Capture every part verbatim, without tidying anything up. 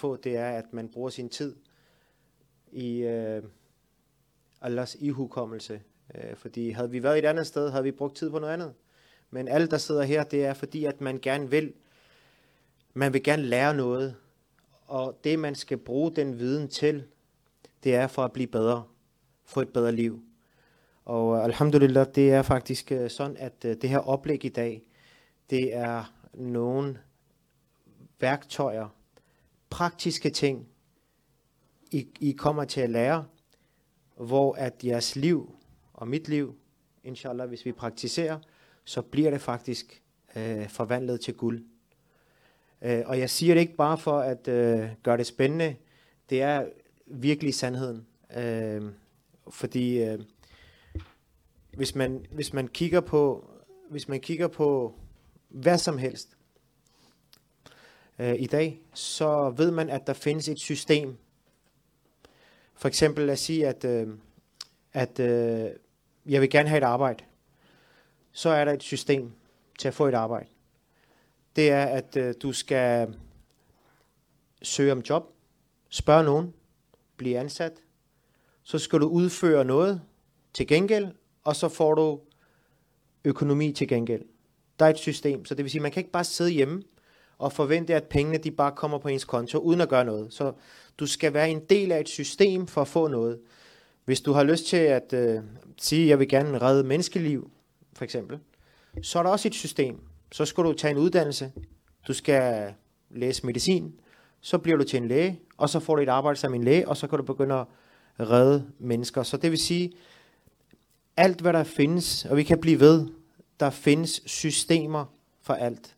få, det er, at man bruger sin tid i øh, Allahs ihukommelse. Øh, fordi havde vi været et andet sted, havde vi brugt tid på noget andet. Men alle, der sidder her, det er fordi, at man gerne vil, man vil gerne lære noget. Og det, man skal bruge den viden til, det er for at blive bedre, få et bedre liv. Og alhamdulillah, det er faktisk sådan, at det her oplæg i dag, det er nogle værktøjer, praktiske ting, I, I kommer til at lære, hvor at jeres liv og mit liv, inshallah, hvis vi praktiserer, så bliver det faktisk øh, forvandlet til guld. Øh, og jeg siger det ikke bare for at øh, gøre det spændende, det er virkelig sandheden. Øh, fordi øh, hvis man hvis man kigger på hvis man kigger på hvad som helst øh, i dag, så ved man, at der findes et system. For eksempel at sige, at øh, at øh, jeg vil gerne have et arbejde. Så er der et system til at få et arbejde. Det er, at øh, du skal søge om job, spørge nogen, blive ansat. Så skal du udføre noget til gengæld, og så får du økonomi til gengæld. Der er et system, så det vil sige, at man kan ikke bare sidde hjemme og forvente, at pengene de bare kommer på ens konto, uden at gøre noget. Så du skal være en del af et system for at få noget. Hvis du har lyst til at øh, sige, at jeg vil gerne redde menneskeliv, for eksempel, så er der også et system. Så skal du tage en uddannelse, du skal læse medicin, så bliver du til en læge, og så får du et arbejde som en læge, og så kan du begynde at redde mennesker. Så det vil sige, alt hvad der findes, og vi kan blive ved, der findes systemer for alt.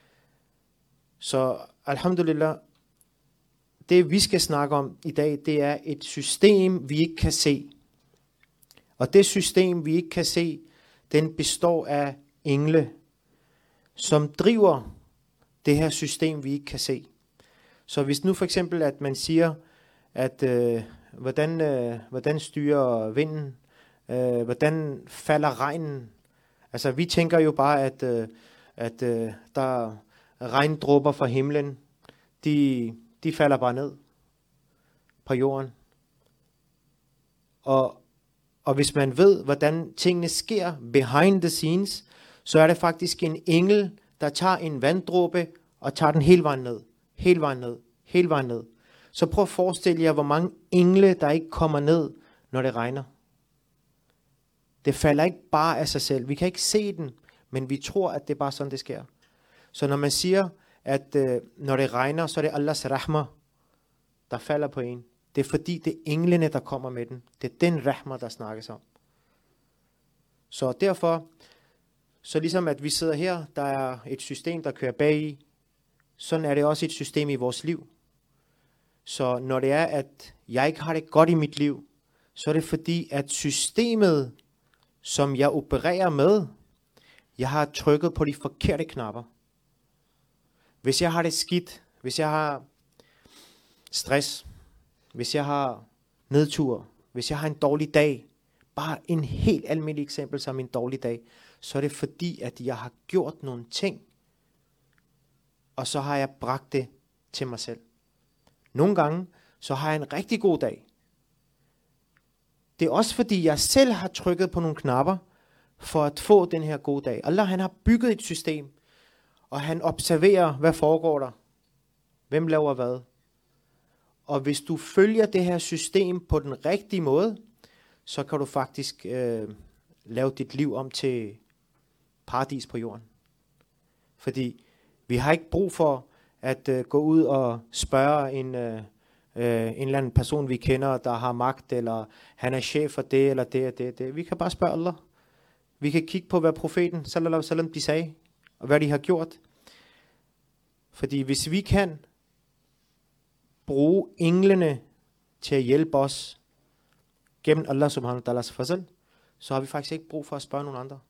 Så alhamdulillah, det vi skal snakke om i dag, det er et system, vi ikke kan se. Og det system, vi ikke kan se, den består af engle, som driver det her system, vi ikke kan se. Så hvis nu for eksempel, at man siger, at øh, hvordan, øh, hvordan styrer vinden, øh, hvordan falder regnen. Altså vi tænker jo bare, at, øh, at øh, der er regndråber fra himlen, de, de falder bare ned på jorden. Og, og hvis man ved, hvordan tingene sker behind the scenes, så er det faktisk en engel, der tager en vanddråbe og tager den hele vejen ned. Hele vejen ned. Hele vejen ned. Så prøv at forestille jer, hvor mange engle, der ikke kommer ned, når det regner. Det falder ikke bare af sig selv. Vi kan ikke se den, men vi tror, at det er bare sådan, det sker. Så når man siger, at øh, når det regner, så er det Allahs rahma, der falder på en. Det er fordi, det er englene, der kommer med den. Det er den rahma, der snakkes om. Så derfor, så ligesom at vi sidder her, der er et system, der kører bag i, sådan er det også et system i vores liv. Så når det er, at jeg ikke har det godt i mit liv, så er det fordi, at systemet, som jeg opererer med, jeg har trykket på de forkerte knapper. Hvis jeg har det skidt, hvis jeg har stress, hvis jeg har nedtur, hvis jeg har en dårlig dag, bare en helt almindelig eksempel som en dårlig dag, så er det fordi, at jeg har gjort nogle ting, og så har jeg bragt det til mig selv. Nogle gange, så har jeg en rigtig god dag. Det er også fordi, jeg selv har trykket på nogle knapper, for at få den her gode dag. Allah, han har bygget et system, og han observerer, hvad foregår der. Hvem laver hvad? Og hvis du følger det her system på den rigtige måde, så kan du faktisk øh, lave dit liv om til paradis på jorden. Fordi vi har ikke brug for at øh, gå ud og spørge en, øh, øh, en eller anden person, vi kender, der har magt, eller han er chef for det, eller det, og det, det. Vi kan bare spørge Allah. Vi kan kigge på, hvad profeten, sallallahu alaihi wasallam, de sagde, og hvad de har gjort. Fordi hvis vi kan bruge englene til at hjælpe os gennem Allah subhanahu wa ta'alas fazl, så har vi faktisk ikke brug for at spørge nogen andre.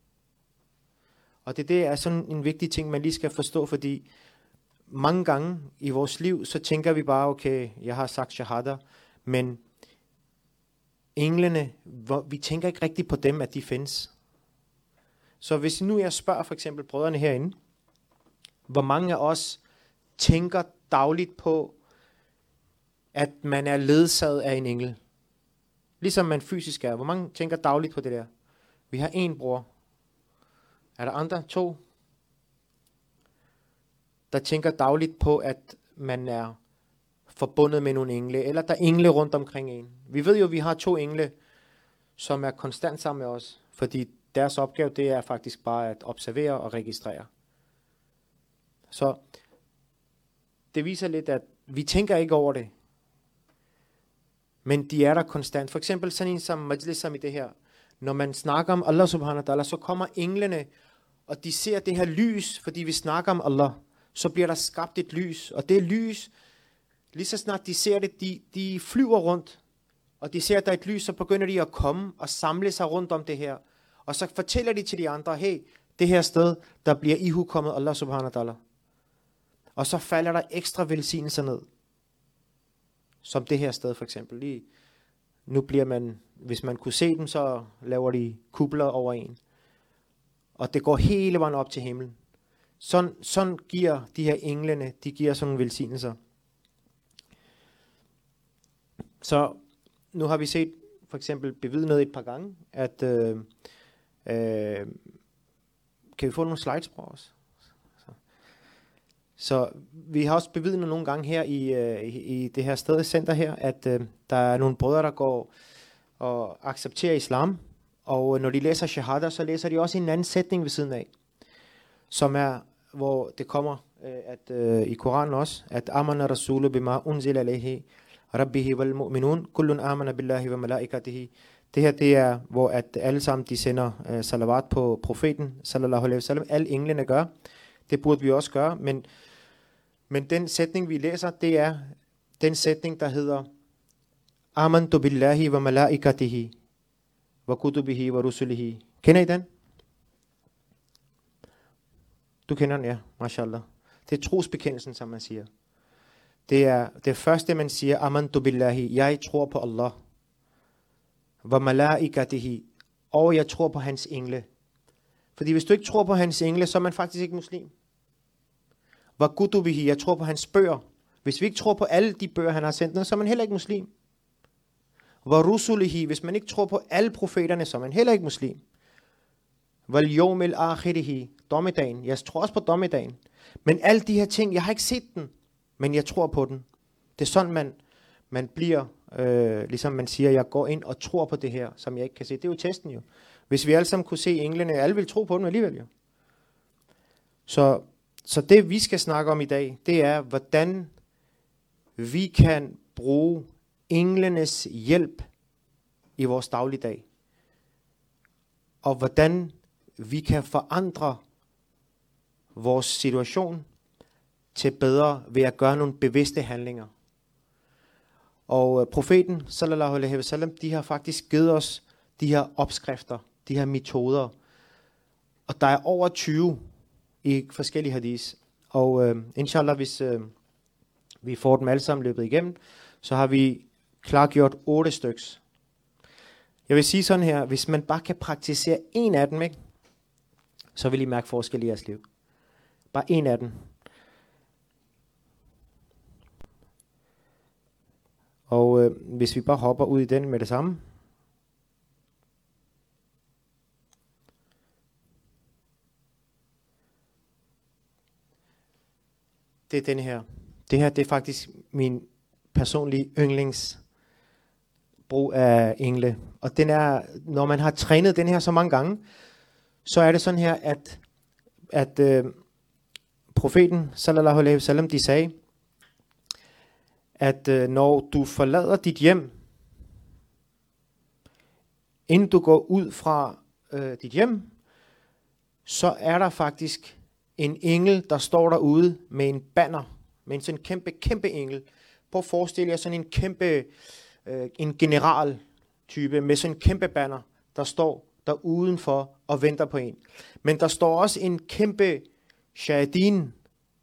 Og det, det er sådan en vigtig ting, man lige skal forstå, fordi mange gange i vores liv, så tænker vi bare, okay, jeg har sagt shahada, men englene, hvor, vi tænker ikke rigtigt på dem, at de findes. Så hvis nu jeg spørger for eksempel brødrene herinde, hvor mange af os tænker dagligt på at man er ledsaget af en engel. Ligesom man fysisk er. Hvor mange tænker dagligt på det der? Vi har en bror. Er der andre? To? Der tænker dagligt på, at man er forbundet med nogle engle, eller der er engle rundt omkring en. Vi ved jo, at vi har to engle, som er konstant sammen med os, fordi deres opgave, det er faktisk bare at observere og registrere. Så det viser lidt, at vi tænker ikke over det, men de er der konstant. For eksempel sådan en som Majlis som i det her. Når man snakker om Allah subhanahu wa ta'ala, så kommer englene, og de ser det her lys, fordi vi snakker om Allah. Så bliver der skabt et lys, og det lys, lige så snart de ser det, de, de flyver rundt, og de ser, at der er et lys, så begynder de at komme og samle sig rundt om det her. Og så fortæller de til de andre, hey, det her sted, der bliver ihukommet Allah subhanahu wa ta'ala. Og så falder der ekstra velsignelser ned. Som det her sted for eksempel. Lige nu bliver man, hvis man kunne se dem, så laver de kubler over en. Og det går hele vejen op til himlen. Sådan, sådan giver de her englene, de giver sådan nogle velsignelser. Så nu har vi set for eksempel bevidnet et par gange, at øh, øh, kan vi få nogle slides på os? Så. Så vi har også bevidnet nogle gange her i, øh, i det her sted, center her, at øh, der er nogle brødre, der går og accepterer islam, og når de læser shahada, så læser de også en anden sætning ved siden af, som er, hvor det kommer øh, at øh, i Koranen også, at amana rasulu bima unzila alayhi rabbihi wal mu'minun kullun amana billahi wa malaikatihi. Det her, det er, hvor at alle sammen de sender øh, salawat på profeten sallallahu alaihi wasallam. Alle englene gør. Det burde vi også gøre, men men den sætning vi læser, det er den sætning der hedder amantu billahi wa malaikatihi wa kutubihi wa rusulihi. Kender I den? Du kender den, ja, mashallah. Det er trosbekendelsen, som man siger. Det er det første, man siger, amantu billahi, jeg tror på Allah. Wa malaikatihi, og jeg tror på hans engle. Fordi hvis du ikke tror på hans engle, så er man faktisk ikke muslim. Wa kutubihi, jeg tror på hans bøger. Hvis vi ikke tror på alle de bøger, han har sendt ned, så er man heller ikke muslim. Wa rusulihi, hvis man ikke tror på alle profeterne, så er man heller ikke muslim. Wal yawmil akhirihi, dommedagen. Jeg tror også på dommedagen. Men alle de her ting, jeg har ikke set den, men jeg tror på den. Det er sådan, man, man bliver, øh, ligesom man siger, jeg går ind og tror på det her, som jeg ikke kan se. Det er jo testen jo. Hvis vi alle sammen kunne se englene, alle vil tro på dem alligevel jo. Så, så det vi skal snakke om i dag, det er, hvordan vi kan bruge englenes hjælp i vores dagligdag. Og hvordan vi kan forandre vores situation til bedre ved at gøre nogle bevidste handlinger. Og profeten sallallahu alaihi wasallam, de har faktisk givet os de her opskrifter, de her metoder. Og der er over tyve i forskellige hadis. Og øh, inshallah, hvis øh, vi får dem alle sammen løbet igennem, så har vi klargjort otte styks. Jeg vil sige sådan her, hvis man bare kan praktisere en af dem, ikke, så vil I mærke forskel i jeres liv. Bare en af dem. Og øh, hvis vi bare hopper ud i den med det samme. Det er den her. Det her, det er faktisk min personlige yndlings brug af engle. Og den er, når man har trænet den her så mange gange, så er det sådan her, at, at øh, profeten sallallahu alaihi wasallam, de sagde, at øh, når du forlader dit hjem, inden du går ud fra øh, dit hjem, så er der faktisk en engel, der står derude med en banner, med en sådan kæmpe, kæmpe engel. Prøv at forestille jer sådan en kæmpe, øh, en generaltype med sådan en kæmpe banner, der står der udenfor og venter på en. Men der står også en kæmpe shayadin,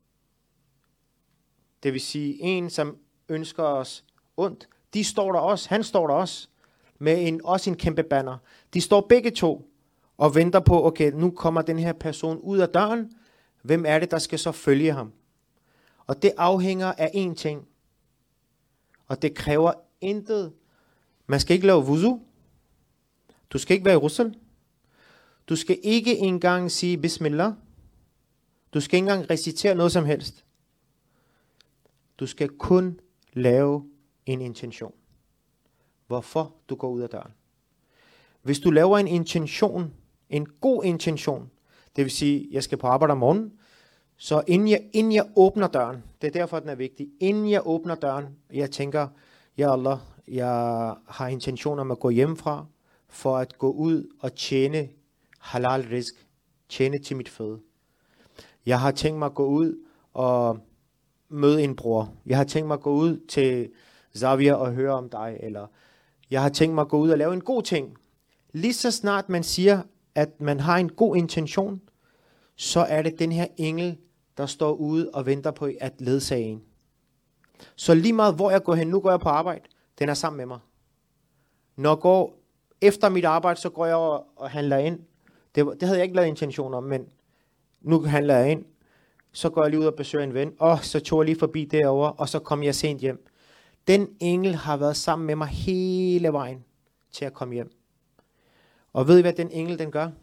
det vil sige en, som ønsker os ondt. De står der også, han står der også, med en, også en kæmpe banner. De står begge to og venter på, okay, nu kommer den her person ud af døren. Hvem er det, der skal så følge ham? Og det afhænger af én ting. Og det kræver intet. Man skal ikke lave wuzu. Du skal ikke være i russel. Du skal ikke engang sige bismillah. Du skal ikke engang recitere noget som helst. Du skal kun lave en intention. Hvorfor du går ud af døren. Hvis du laver en intention, en god intention, det vil sige, jeg skal på arbejde om morgenen, så inden jeg, inden jeg åbner døren, det er derfor, den er vigtig, inden jeg åbner døren, jeg tænker, ja Allah, jeg har intention om at gå hjemmefra, for at gå ud og tjene halal risk, tjene til mit føde. Jeg har tænkt mig at gå ud og møde en bror. Jeg har tænkt mig at gå ud til Zavia og høre om dig, eller jeg har tænkt mig at gå ud og lave en god ting. Lige så snart man siger, at man har en god intention, så er det den her engel, der står ude og venter på at ledsage en. Så lige meget hvor jeg går hen, nu går jeg på arbejde, den er sammen med mig. Når jeg går efter mit arbejde, så går jeg over og handler ind. Det, det havde jeg ikke lavet intention om, men nu handler jeg ind. Så går jeg lige ud og besøger en ven, og så tog jeg lige forbi derovre, og så kom jeg sent hjem. Den engel har været sammen med mig hele vejen til at komme hjem. Og ved I, hvad den engel den gør?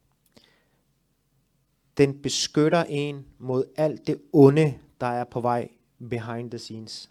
Den beskytter en mod alt det onde, der er på vej behind the scenes.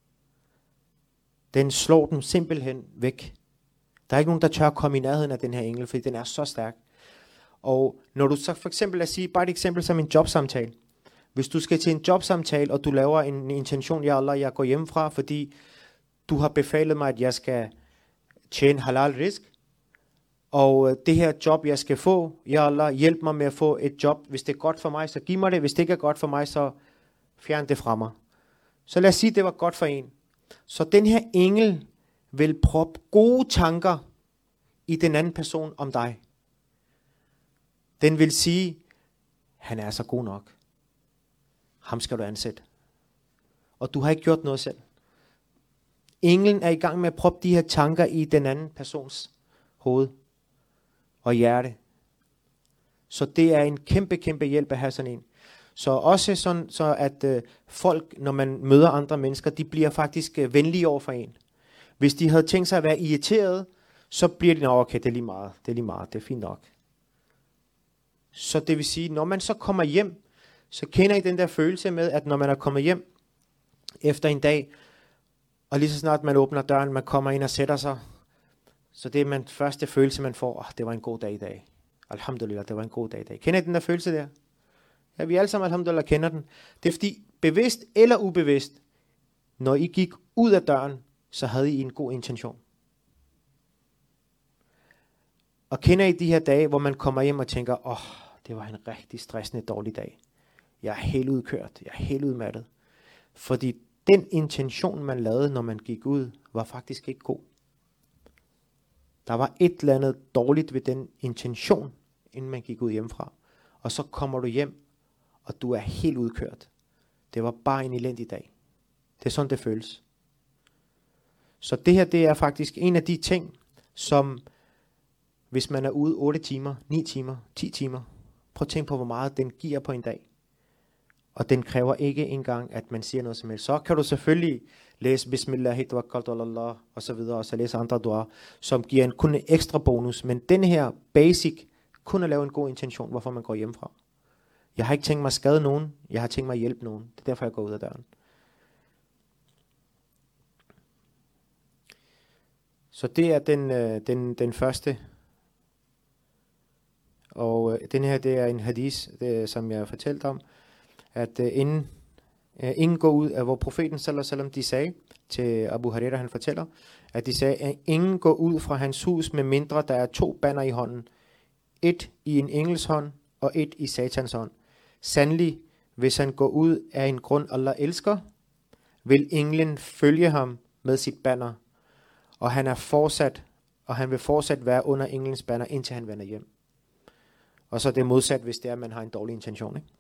Den slår dem simpelthen væk. Der er ikke nogen, der tør at komme i nærheden af den her engel, fordi den er så stærk. Og når du så for eksempel, lad os sige, bare et eksempel som en jobsamtale. Hvis du skal til en jobsamtale, og du laver en intention, ja Allah, jeg går hjemmefra, fordi du har befalet mig, at jeg skal tjene halal risk, og det her job, jeg skal få, ja Allah, hjælp mig med at få et job. Hvis det er godt for mig, så giv mig det. Hvis det ikke er godt for mig, så fjern det fra mig. Så lad os sige, at det var godt for en. Så den her engel vil proppe gode tanker i den anden person om dig. Den vil sige, han er så god nok. Ham skal du ansætte. Og du har ikke gjort noget selv. Englen er i gang med at proppe de her tanker i den anden persons hoved og hjerte. Så det er en kæmpe, kæmpe hjælp at have sådan en. Så også sådan, så at øh, folk, når man møder andre mennesker, de bliver faktisk øh, venlige over for en. Hvis de havde tænkt sig at være irriteret, så bliver de, okay, det er lige meget, det er lige meget, det er fint nok. Så det vil sige, når man så kommer hjem, så kender I den der følelse med, at når man er kommet hjem efter en dag, og lige så snart man åbner døren, man kommer ind og sætter sig, så det er man første følelse, man får, oh, det var en god dag i dag. Alhamdulillah, det var en god dag i dag. Kender I den der følelse der? Ja, vi alle sammen, alhamdulillah, kender den. Det er fordi, bevidst eller ubevidst, når I gik ud af døren, så havde I en god intention. Og kender I de her dage, hvor man kommer hjem og tænker, åh, oh, det var en rigtig stressende, dårlig dag. Jeg er helt udkørt, jeg er helt udmattet. Fordi den intention, man lavede, når man gik ud, var faktisk ikke god. Der var et eller andet dårligt ved den intention, inden man gik ud hjemmefra. Og så kommer du hjem, og du er helt udkørt. Det var bare en elendig dag. Det er sådan, det føles. Så det her, det er faktisk en af de ting, som hvis man er ude otte timer, ni timer, ti timer, prøv at tænke på, hvor meget den giver på en dag. Og den kræver ikke engang, at man siger noget som helst. Så kan du selvfølgelig læse Bismillah, tawakkaltu ala Allah, og så videre, og så læse andre dua, som giver en, kun en ekstra bonus. Men den her basic, kun at lave en god intention, hvorfor man går hjemmefra. Jeg har ikke tænkt mig at skade nogen, jeg har tænkt mig at hjælpe nogen. Det er derfor, jeg går ud af døren. Så det er den, den, den første. Og den her, det er en hadith, det, som jeg fortalte om, at uh, inden, uh, ingen går ud af, hvor profeten sallallahu alaihi wasallam, de sagde til Abu Huraira, han fortæller, at de sagde, at ingen går ud fra hans hus, med mindre der er to banner i hånden. Et i en engels hånd, og et i satans hånd. Sandelig, hvis han går ud af en grund, Allah elsker, vil englen følge ham med sit banner, og han er fortsat, og han vil fortsat være under englens banner, indtil han vender hjem. Og så er det modsat, hvis det er, at man har en dårlig intention, ikke?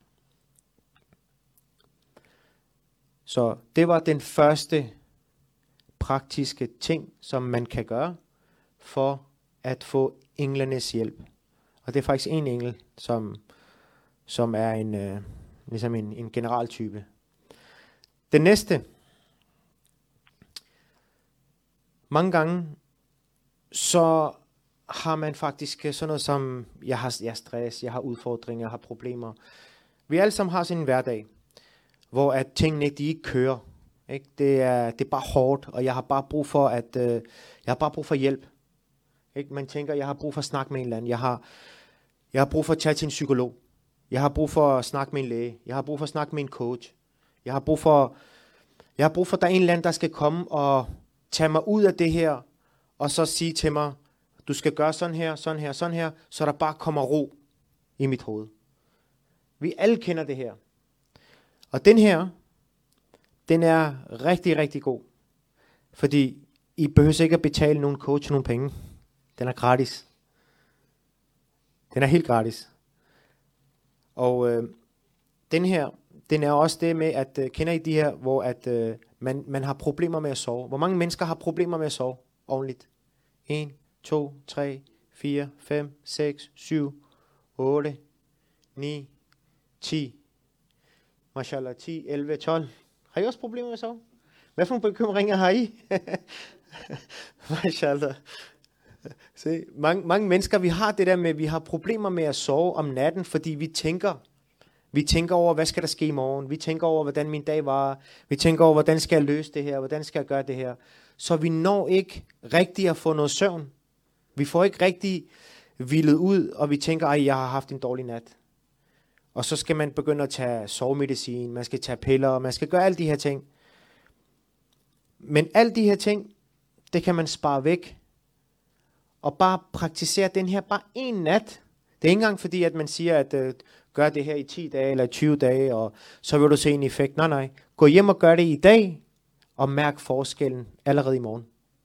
Så det var den første praktiske ting, som man kan gøre for at få englenes hjælp. Og det er faktisk en engel, som, som er en, øh, ligesom en, en generaltype. Den næste, mange gange, så har man faktisk sådan noget som, jeg har, jeg har stress, jeg har udfordringer, jeg har problemer. Vi alle sammen har sådan en hverdag, hvor at tingene de ikke kører. Ikke? Det, er, det er bare hårdt, og jeg har bare brug for, at, øh, jeg har bare brug for hjælp. Ikke? Man tænker, jeg har brug for at snakke med en eller anden. Jeg har, jeg har brug for at tage til en psykolog. Jeg har brug for at snakke med en læge. Jeg har brug for at snakke med en coach. Jeg har brug for, jeg har brug for, at der er en eller anden, der skal komme og tage mig ud af det her, og så sige til mig, du skal gøre sådan her, sådan her, sådan her, så der bare kommer ro i mit hoved. Vi alle kender det her. Og den her, den er rigtig, rigtig god. Fordi I behøver ikke at betale nogen coach nogen penge. Den er gratis. Den er helt gratis. Og øh, den her, den er også det med, at øh, kender I de her, hvor at, øh, man, man har problemer med at sove. Hvor mange mennesker har problemer med at sove ordentligt? en, to, tre, fire, fem, seks, syv, otte, ni, ti. Mashallah, ti, elleve, tolv. Har I også problemer med at sove? Hvad for nogle bekymringer har I? Mashallah. Se, mange, mange mennesker, vi har det der med, vi har problemer med at sove om natten, fordi vi tænker, vi tænker over, hvad skal der ske i morgen? Vi tænker over, hvordan min dag var. Vi tænker over, hvordan skal jeg løse det her? Hvordan skal jeg gøre det her? Så vi når ikke rigtig at få noget søvn. Vi får ikke rigtig hvilet ud, og vi tænker, at jeg har haft en dårlig nat. Og så skal man begynde at tage sovemedicin, man skal tage piller, man skal gøre alle de her ting. Men alle de her ting, det kan man spare væk. Og bare praktisere den her bare en nat. Det er ikke engang fordi, at man siger, at uh, gør det her i ti dage eller tyve dage, og så vil du se en effekt. Nej, nej. Gå hjem og gør det i dag, og mærk forskellen allerede i morgen.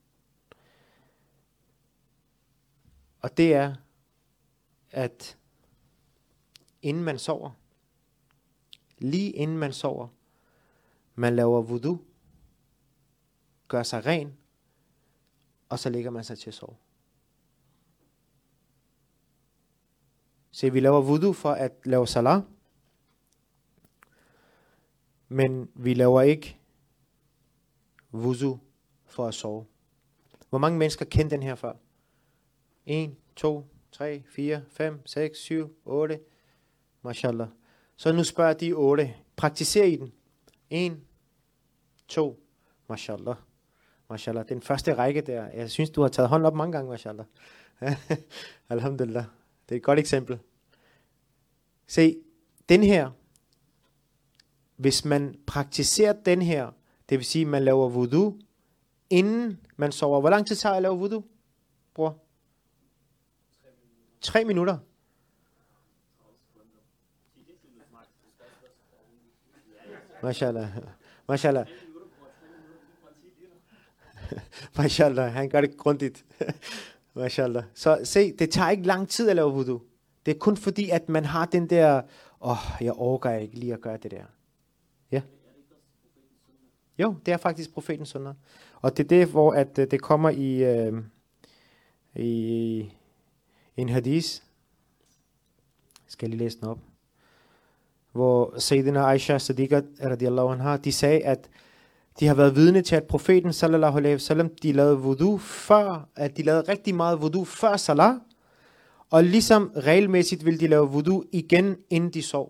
Og det er, at inden man sover, lige inden man sover, man laver wudu, gør sig ren, og så lægger man sig til at sove. Så vi laver wudu for at lave salat, men vi laver ikke wudu for at sove. Hvor mange mennesker kender den her før? en, to, tre, fire, fem, seks, syv, otte. Mashallah. Så nu spørger de otte. Praktiserer I den? en, to. Mashallah. Mashallah. Den første række der. Jeg synes, du har taget hånd op mange gange, mashallah. Alhamdulillah. Det er et godt eksempel. Se, den her. Hvis man praktiserer den her, det vil sige, at man laver wudu, inden man sover. Hvor lang tid tager jeg at lave wudu, bror? Tre minutter. Mashallah. Mashallah. Mashallah. Han gør det grundigt. Mashallah. Så se, det tager ikke lang tid at lave wudu. Det er kun fordi, at man har den der, åh, oh, jeg orker ikke lige at gøre det der. Ja. Jo, det er faktisk profetens sunnah. Og det er det, hvor at det kommer i, øh, i en hadith. Jeg skal lige læse den op. Hvor Sayyidina Aisha Siddiqa radiyallahu anha, de sagde, at de har været vidne til, at profeten sallallahu alaihi wasallam, de lavede wudu før, at de lavede rigtig meget wudu før salat, og ligesom regelmæssigt ville de lave wudu igen, inden de sov.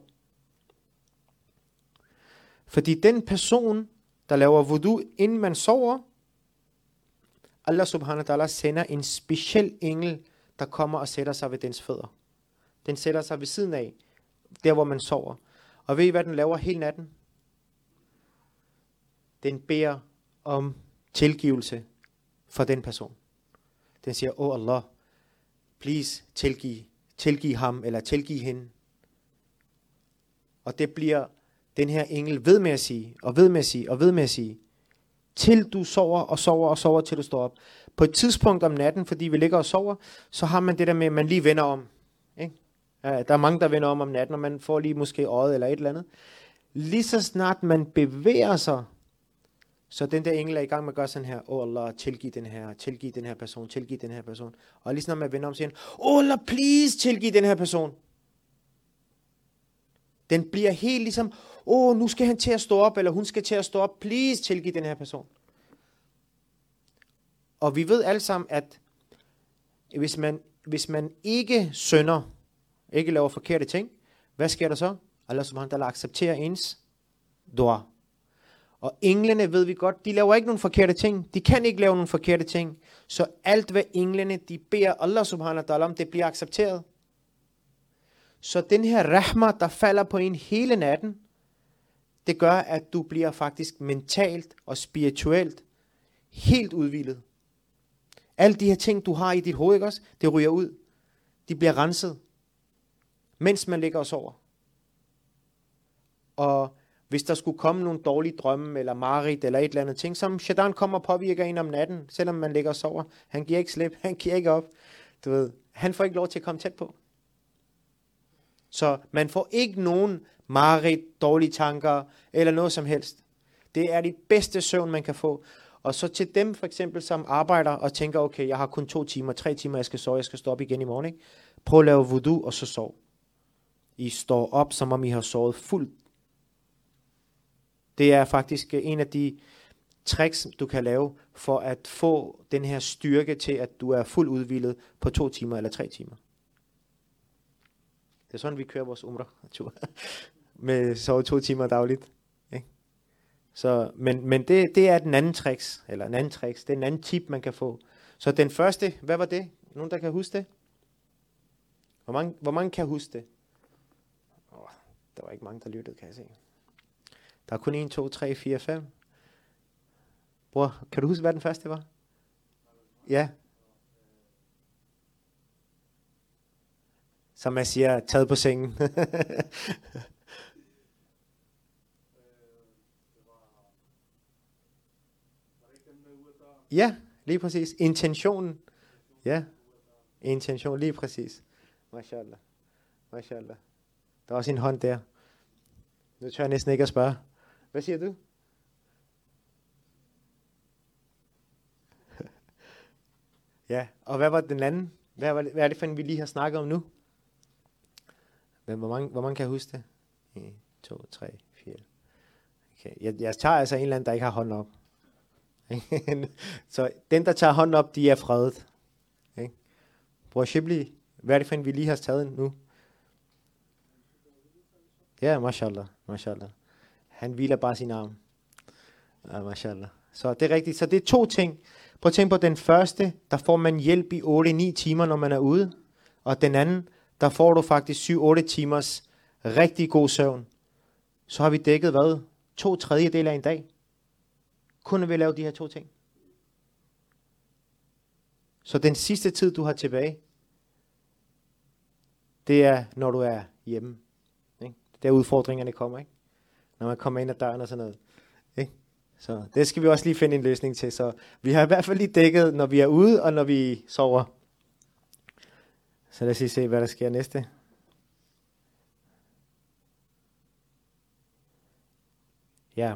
Fordi den person, der laver wudu, inden man sover, Allah subhanahu wa ta'ala sender en speciel engel, der kommer og sætter sig ved dens fødder. Den sætter sig ved siden af, der hvor man sover. Og ved I, hvad den laver hele natten? Den beder om tilgivelse for den person. Den siger, åh Allah, please tilgiv, tilgiv ham, eller tilgiv hende. Og det bliver den her engel ved med at sige, og ved med at sige, og ved med at sige, til du sover, og sover, og sover, til du står op. På et tidspunkt om natten, fordi vi ligger og sover, så har man det der med, at man lige vender om. Ikke? Der er mange, der vender om om natten, og man får lige måske øjet eller et eller andet. Lige så snart man bevæger sig, så den der engel er i gang med at gøre sådan her, åh oh Allah, tilgiv den her, tilgiv den her person, tilgiv den her person. Og lige snart man vender om, siger han, åh oh Allah, please, tilgiv den her person. Den bliver helt ligesom, åh, oh, nu skal han til at stå op, eller hun skal til at stå op, please, tilgiv den her person. og vi ved alle sammen, at hvis man, hvis man ikke synder, ikke laver forkerte ting, hvad sker der så? Allah subhanahu wa ta'ala accepterer ens dua. Og englene ved vi godt, de laver ikke nogen forkerte ting. De kan ikke lave nogen forkerte ting. Så alt hvad englene, de beder Allah subhanahu wa ta'ala om, det bliver accepteret. Så den her rahma, der falder på en hele natten, det gør, at du bliver faktisk mentalt og spirituelt helt udhvilet. Alle de her ting, du har i dit hoved, ikke også? Det ryger ud. De bliver renset, mens man ligger og sover. Og hvis der skulle komme nogle dårlige drømme, eller mareridt, eller et eller andet ting, som shaitan kommer og påvirker en om natten, selvom man ligger og sover. Han giver ikke slip, han giver ikke op. Du ved, han får ikke lov til at komme tæt på. Så man får ikke nogen mareridt, dårlige tanker, eller noget som helst. Det er det bedste søvn, man kan få. Og så til dem for eksempel, som arbejder og tænker, okay, jeg har kun to timer, tre timer, jeg skal sove, jeg skal stå op igen i morgen. Ikke? Prøv at lave wudu, og så sov. I står op, som om I har sovet fuldt. Det er faktisk en af de tricks, du kan lave, for at få den her styrke til, at du er fuldt udhvilet på to timer eller tre timer. Det er sådan, vi kører vores umrah-tur. Med sove to timer dagligt. Ikke? Så, men men det, det er den anden tricks, eller en anden tricks. Det er en anden tip, man kan få. Så den første, hvad var det? Nogen, der kan huske det? Hvor mange, hvor mange kan huske det? Oh, der var ikke mange, der lyttede, kan jeg se. Der er kun en, to, tre, fire, fem. Bror, kan du huske, hvad den første var? Ja. Som man siger, taget på sengen. Ja, lige præcis. Intentionen. Ja, intention, lige præcis. Mashallah. Mashallah. Der er også en hånd der. Nu tør jeg næsten ikke at spørge. Hvad siger du? Ja, og hvad var den anden? Hvad, var det, hvad er det for en, vi lige har snakket om nu? Hvor mange, hvor mange kan jeg huske det? en, to, tre, fire. Okay. Jeg, jeg tager altså en eller anden, der ikke har hånden op. Så den, der tager hånden op, de er fredet. Okay. Bror Shibli, hvad er det for en, vi lige har taget nu? Ja, mashallah, mashallah. Han hviler bare sin arm. Ja, mashallah. Så det er rigtigt. Så det er to ting. Prøv at tænke på den første, der får man hjælp i otte ni timer, når man er ude. Og den anden, der får du faktisk syv otte timers rigtig god søvn. Så har vi dækket hvad? To tredjedel af en dag. Kunne vi lave de her to ting? Så den sidste tid, du har tilbage, det er, når du er hjemme. Ikke? Der udfordringerne kommer, ikke? Når man kommer ind ad døren og sådan noget. Ikke? Så det skal vi også lige finde en løsning til. Så vi har i hvert fald lige dækket, når vi er ude, og når vi sover. Så lad os lige se, hvad der sker næste. Ja.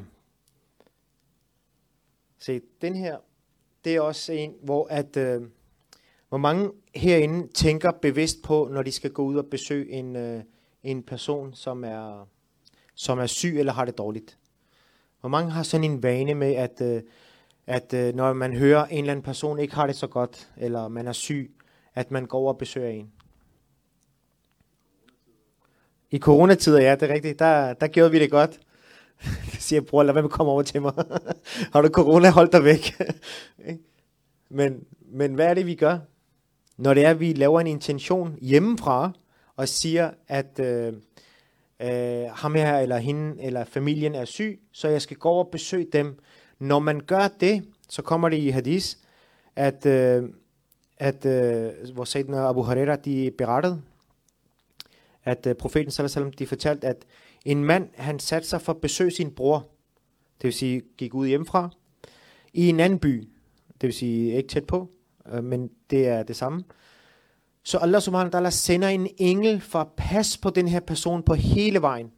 Se, den her, det er også en, hvor at, øh, hvor mange herinde tænker bevidst på, når de skal gå ud og besøge en, øh, en person, som er, som er syg eller har det dårligt. Hvor mange har sådan en vane med, at, øh, at øh, når man hører en eller anden person ikke har det så godt, eller man er syg, at man går over og besøger en. I coronatider, ja, det er rigtigt, der, der gjorde vi det godt. Det siger bror, lad være med at komme over til mig. Har du corona, hold dig væk. men, men hvad er det, vi gør? Når det er, at vi laver en intention hjemmefra, og siger, at øh, øh, ham her, eller hende, eller familien er syg, så jeg skal gå over og besøge dem. Når man gør det, så kommer det i hadis, at, øh, at øh, hvor Sayyidina Abu Huraira, de berettede, at øh, profeten sallallahu alaihi wasallam, de fortalte, at en mand, han satte sig for at besøge sin bror, det vil sige, gik ud hjemmefra, i en anden by, det vil sige, ikke tæt på, øh, men det er det samme. Så Allah subhanahu wa ta'ala sender en engel for at passe på den her person på hele vejen.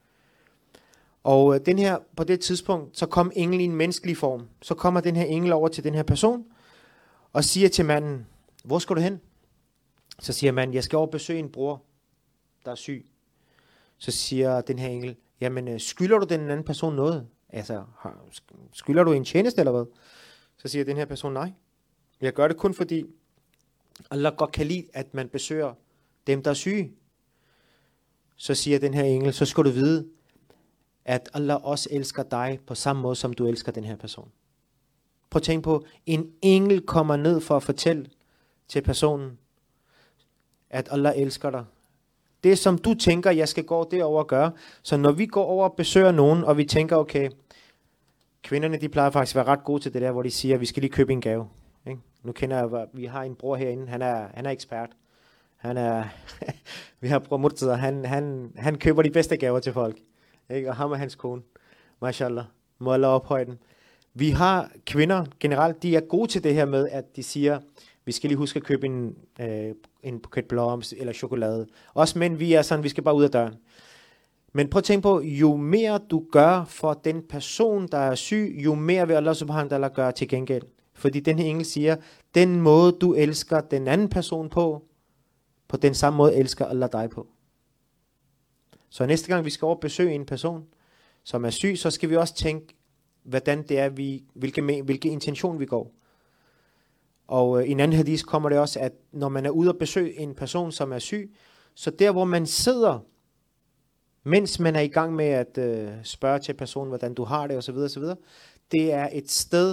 Og øh, den her, på det tidspunkt, så kom englen i en menneskelig form. Så kommer den her engel over til den her person, og siger til manden, hvor skal du hen? Så siger manden, jeg skal over besøge en bror, der er syg. Så siger den her engel, jamen skylder du den anden person noget? Altså, skylder du en tjeneste eller hvad? Så siger den her person, nej. Jeg gør det kun fordi, Allah godt kan lide, at man besøger dem, der er syge. Så siger den her engel, så skal du vide, at Allah også elsker dig på samme måde, som du elsker den her person. Prøv at tænke på, en engel kommer ned for at fortælle til personen, at Allah elsker dig. Det som du tænker, jeg skal gå derover og gøre. Så når vi går over og besøger nogen, og vi tænker, okay, kvinderne de plejer faktisk at være ret gode til det der, hvor de siger, at vi skal lige købe en gave. Ikke? Nu kender jeg, vi har en bror herinde, han er, han er ekspert. Han er, vi har bror Murtaza, han, han, han køber de bedste gaver til folk. Ikke? Og ham og hans kone. Mashallah. Må Allah ophøje den. Vi har kvinder generelt, de er gode til det her med, at de siger, vi skal lige huske at købe en, øh, en buket blomster eller chokolade. Også mænd, vi er sådan, vi skal bare ud af døren. Men prøv at tænke på, jo mere du gør for den person, der er syg, jo mere vil Allah subhanahu wa ta'ala gøre til gengæld. Fordi den her engel siger, den måde du elsker den anden person på, på den samme måde elsker Allah dig på. Så næste gang vi skal over besøge en person, som er syg, så skal vi også tænke, hvordan det er, vi, hvilke, hvilke intention vi går. Og i en anden hadis kommer det også, at når man er ude og besøge en person, som er syg, så der hvor man sidder, mens man er i gang med at øh, spørge til personen, hvordan du har det osv., osv., det er et sted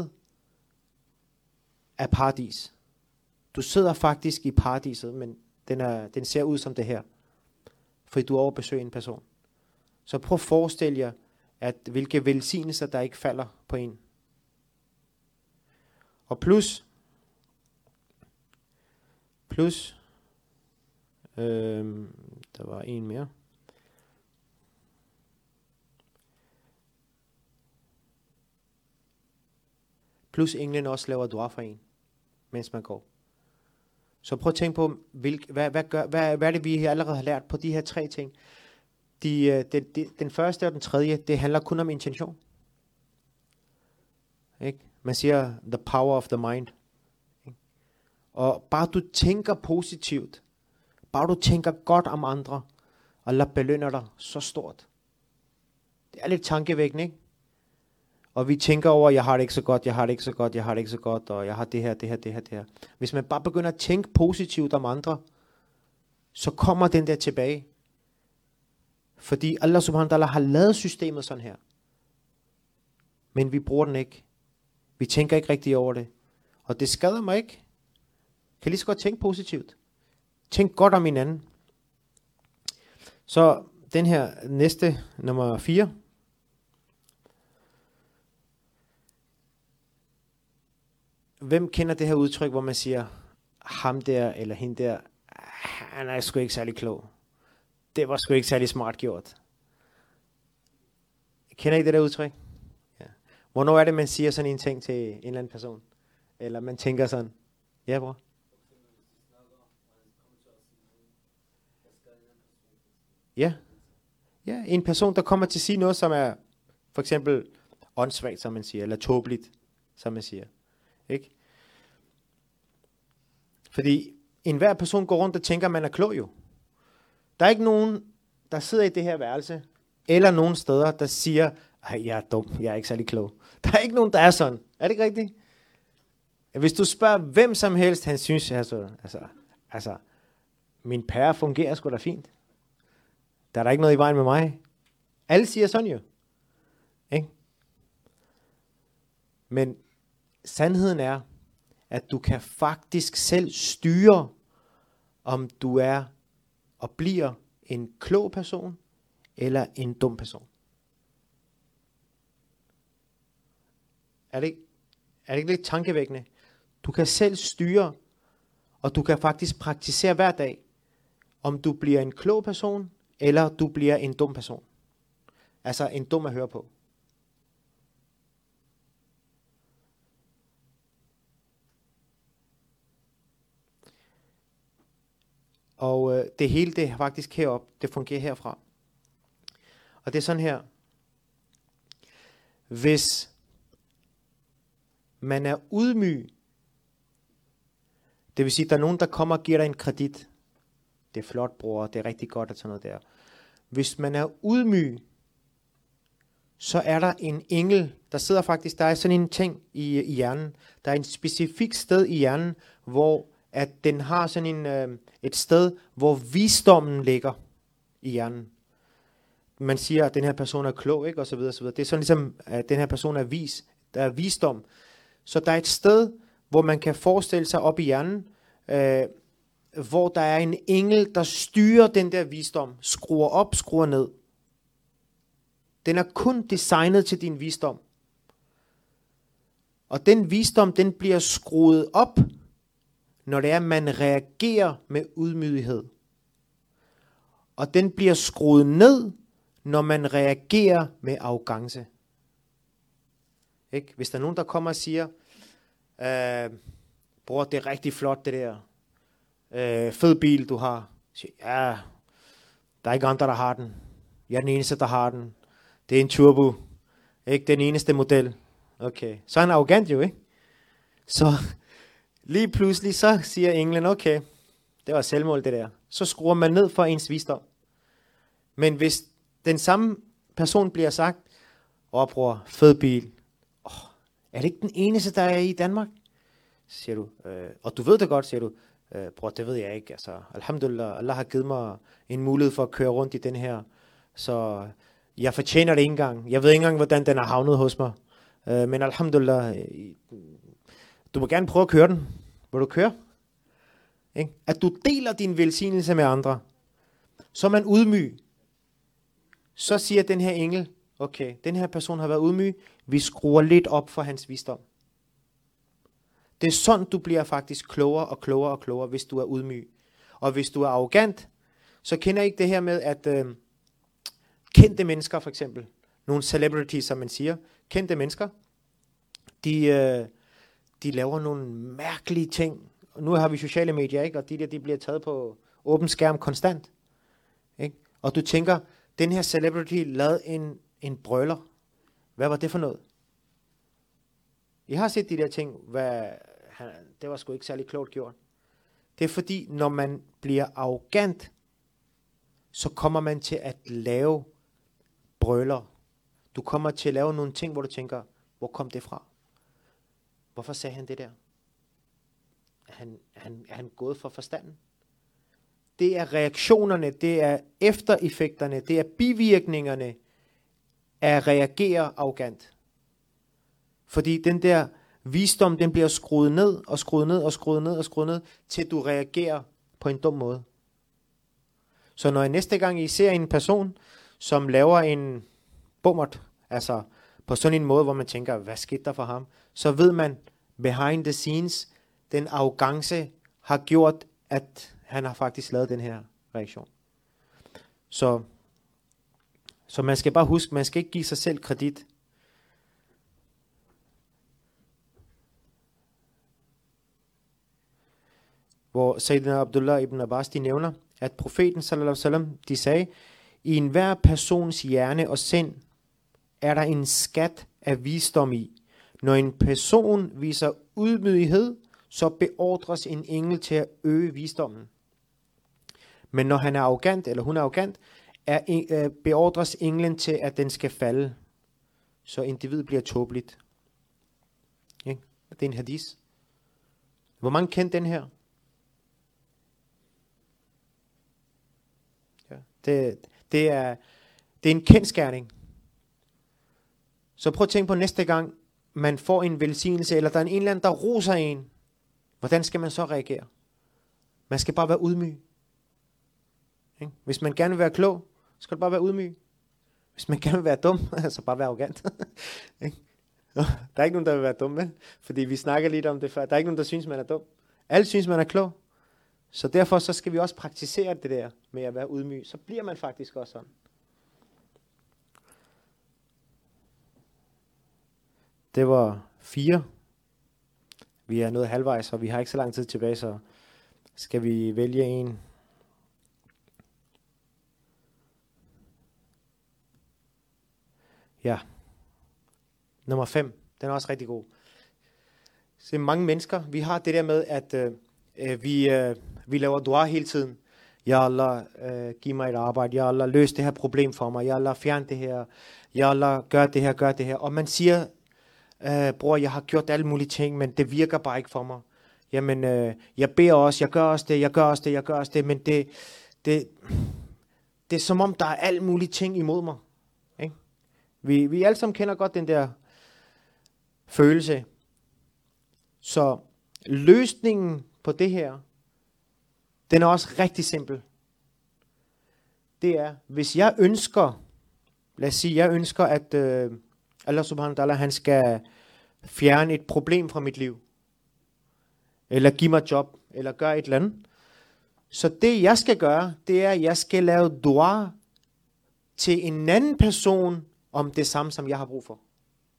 af paradis. Du sidder faktisk i paradiset, men den, er, den ser ud som det her, fordi du er over at besøge en person. Så prøv at forestille jer, at hvilke velsignelser, der ikke falder på en. Og plus, plus, øhm, der var en mere. Plus englen også laver dua for en, mens man går. Så prøv at tænke på, hvilke, hvad, hvad, gør, hvad, hvad er det, vi allerede har lært på de her tre ting. De, de, de, den første og den tredje, det handler kun om intention. Ikke? Man siger, the power of the mind. Ikke? Og bare du tænker positivt, bare du tænker godt om andre, og Allah belønner dig så stort. Det er lidt tankevækkende, ikke? Og vi tænker over, jeg har det ikke så godt, jeg har det ikke så godt, jeg har det ikke så godt, og jeg har det her, det her, det her, det her. Hvis man bare begynder at tænke positivt om andre, så kommer den der tilbage. Fordi Allah subhanahu wa ta'ala har lavet systemet sådan her. Men vi bruger den ikke. Vi tænker ikke rigtigt over det. Og det skader mig ikke. Jeg kan lige så godt tænke positivt. Tænk godt om hinanden. Så den her næste, nummer fire. Hvem kender det her udtryk, hvor man siger, ham der eller hende der, han er sgu ikke særlig klog. Det var sgu ikke særlig smart gjort. Kender I det der udtryk? Ja. Hvornår er det, man siger sådan en ting til en eller anden person? Eller man tænker sådan, ja bror? Ja. Ja, en person, der kommer til at sige noget, som er for eksempel åndssvagt, som man siger, eller tåbeligt, som man siger. Ikke? Fordi enhver person går rundt og tænker, at man er klog jo. Der er ikke nogen, der sidder i det her værelse, eller nogen steder, der siger, at jeg er dum, jeg er ikke særlig klog. Der er ikke nogen, der er sådan. Er det ikke rigtigt? Hvis du spørger hvem som helst, han synes, altså, altså, altså min pære fungerer sgu da fint. Der er der ikke noget i vejen med mig. Alle siger sådan jo. Ikke? Men sandheden er, at du kan faktisk selv styre, om du er og bliver en klog person, eller en dum person. Er det, er det ikke lidt tankevækkende? Du kan selv styre, og du kan faktisk praktisere hver dag, om du bliver en klog person, eller du bliver en dum person. Altså en dum at høre på. Og øh, det hele, det er faktisk heroppe, det fungerer herfra. Og det er sådan her. Hvis man er ydmyg, det vil sige, at der er nogen, der kommer og giver dig en kredit. Det er flot, bror, det er rigtig godt, at sådan noget der. Hvis man er ydmyg, så er der en engel, der sidder faktisk, der er sådan en ting i, i hjernen. Der er en specifik sted i hjernen, hvor at den har sådan en, øh, et sted, hvor visdommen ligger i hjernen. Man siger, at den her person er klog, ikke? Og så videre, så videre. Det er sådan ligesom, at den her person er vis. Der er visdom. Så der er et sted, hvor man kan forestille sig op i hjernen, øh, hvor der er en engel, der styrer den der visdom. Skruer op, skruer ned. Den er kun designet til din visdom. Og den visdom, den bliver skruet op, når det er, at man reagerer med ydmyghed. Og den bliver skruet ned, når man reagerer med arrogance. Ikke? Hvis der er nogen, der kommer og siger, øh, bror, det er rigtig flot det der. Øh, fed bil, du har. Siger, ja, der er ikke andre, der har den. Jeg er den eneste, der har den. Det er en turbo. Ikke den eneste model. Okay. Så er han arrogant jo, ikke? Så lige pludselig, så siger englen, okay, det var selvmål det der. Så skruer man ned for ens visdom. Men hvis den samme person bliver sagt, åh bror, fed bil. Oh, er det ikke den eneste, der er i Danmark? Så siger du, øh, og du ved det godt, siger du, øh, bror, det ved jeg ikke. Altså, alhamdulillah, Allah har givet mig en mulighed for at køre rundt i den her. Så jeg fortjener det ikke engang. Jeg ved ikke engang, hvordan den er havnet hos mig. Øh, men alhamdulillah, øh, du må gerne prøve at køre den. Vil du køre? Ikke? At du deler din velsignelse med andre. Så er man ydmyg. Så siger den her engel, okay, den her person har været ydmyg. Vi skruer lidt op for hans visdom. Det er sådan, du bliver faktisk klogere og klogere og klogere, hvis du er ydmyg. Og hvis du er arrogant, så kender jeg ikke det her med, at øh, kendte mennesker for eksempel, nogle celebrities, som man siger, kendte mennesker, de, øh, de laver nogle mærkelige ting. Nu har vi sociale medier, ikke? Og de der, de bliver taget på åben skærm konstant. Ikke? Og du tænker, den her celebrity lavede en, en brøler. Hvad var det for noget? Jeg har set de der ting, hvad, han, det var sgu ikke særlig klogt gjort. Det er fordi, når man bliver arrogant, så kommer man til at lave brøler. Du kommer til at lave nogle ting, hvor du tænker, hvor kom det fra? Hvorfor sagde han det der? Er han, er han, er han gået for forstanden? Det er reaktionerne, det er eftereffekterne, det er bivirkningerne af at reagere arrogant. Fordi den der visdom, den bliver skruet ned og skruet ned og skruet ned og skruet ned, til du reagerer på en dum måde. Så når I næste gang I ser en person, som laver en bummert, altså på sådan en måde, hvor man tænker, hvad skete der for ham? Så ved man, behind the scenes, den arrogance har gjort, at han har faktisk lavet den her reaktion. Så, så man skal bare huske, man skal ikke give sig selv kredit. Hvor Sayyidina Abdullah ibn Abbas, de nævner, at profeten sallallahu alaihi wasallam, de sagde, i enhver persons hjerne og sind er der en skat af visdom i. Når en person viser ydmyghed, så beordres en engel til at øge visdommen. Men når han er arrogant, eller hun er arrogant, er, øh, beordres englen til, at den skal falde, så individet bliver tåbeligt. Okay? Det er en hadith. Hvor mange kendte den her? Ja, det, det, er, det er en kendsgerning. Så prøv at tænke på næste gang, man får en velsignelse, eller der er en eller anden, der roser en. Hvordan skal man så reagere? Man skal bare være ydmyg. Hvis man gerne vil være klog, så skal du bare være ydmyg. Hvis man gerne vil være dum, så bare være arrogant. Der er ikke nogen, der vil være dum, vel? Fordi vi snakker lidt om det før. Der er ikke nogen, der synes, man er dum. Alle synes, man er klog. Så derfor så skal vi også praktisere det der med at være ydmyg. Så bliver man faktisk også sådan. Det var fire. Vi er nået halvvejs, og vi har ikke så lang tid tilbage, så skal vi vælge en. Ja. Nummer fem. Den er også rigtig god. Så mange mennesker, vi har det der med, at øh, vi, øh, vi laver dua hele tiden. Ja Allah, øh, giv mig et arbejde. Ja Allah, løs det her problem for mig. Ja Allah, fjern det her. Ja Allah, gør det her, gør det her. Og man siger, øh, bror, jeg har gjort alle mulige ting, men det virker bare ikke for mig. Jamen, øh, jeg beder også, jeg gør også det, jeg gør også det, jeg gør også det, men det, det, det er som om, der er alle mulige ting imod mig. Ikke? Vi, vi alle sammen kender godt den der følelse. Så løsningen på det her, den er også rigtig simpel. Det er, hvis jeg ønsker, lad os sige, jeg ønsker, at øh, Allah subhanahu wa ta'ala, han skal fjerne et problem fra mit liv, eller give mig job, eller gøre et eller andet. Så det jeg skal gøre, det er, at jeg skal lave dua til en anden person, om det samme, som jeg har brug for.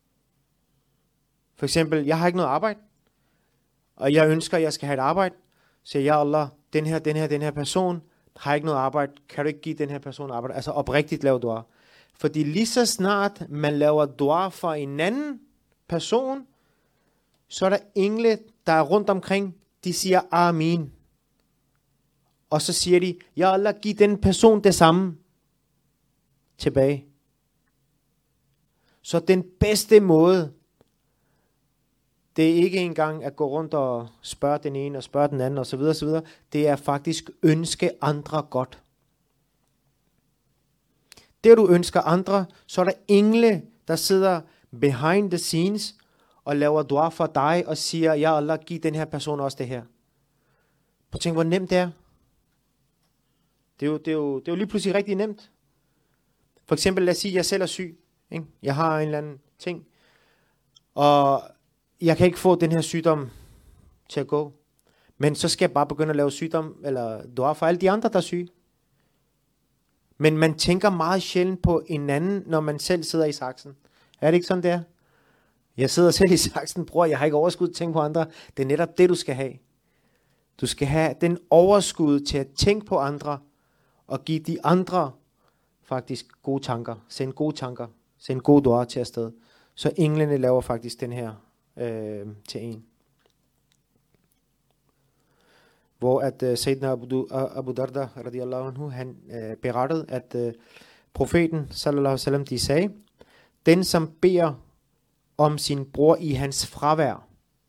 For eksempel, jeg har ikke noget arbejde, og jeg ønsker, at jeg skal have et arbejde. Så ja Allah, den her, den her, den her person har ikke noget arbejde. Kan du ikke give den her person arbejde? Altså oprigtigt lave dua. Fordi lige så snart man laver dua for en anden person, så er der engle, der er rundt omkring, de siger amin. Og så siger de, ja Allah, giv den person det samme tilbage. Så den bedste måde, det er ikke engang at gå rundt og spørge den ene og spørge den anden osv. osv. Det er faktisk ønske andre godt. Det du ønsker andre, så er der engle, der sidder behind the scenes og laver dua for dig og siger, ja Allah, giv den her person også det her. Prøv at tænke, hvor nemt det er. Det er jo, det er jo, det er jo lige pludselig rigtig nemt. For eksempel, lad os sige, at jeg selv er syg. Ikke? Jeg har en eller anden ting, og jeg kan ikke få den her sygdom til at gå. Men så skal jeg bare begynde at lave sygdom, eller dua for alle de andre, der er syge. Men man tænker meget sjældent på en anden, når man selv sidder i saksen. Er det ikke sådan, det er? Jeg sidder selv i saksen, bror, jeg har ikke overskud til at tænke på andre. Det er netop det, du skal have. Du skal have den overskud til at tænke på andre, og give de andre faktisk gode tanker. Send gode tanker. Send gode dua til afsted. Så englene laver faktisk den her øh, til en. Hvor at uh, Sayyidina Abu, Abu Darda radiyallahu anhu, han uh, berettede, at uh, profeten sallallahu alaihi wasallam, de sagde, den som beder om sin bror i hans fravær,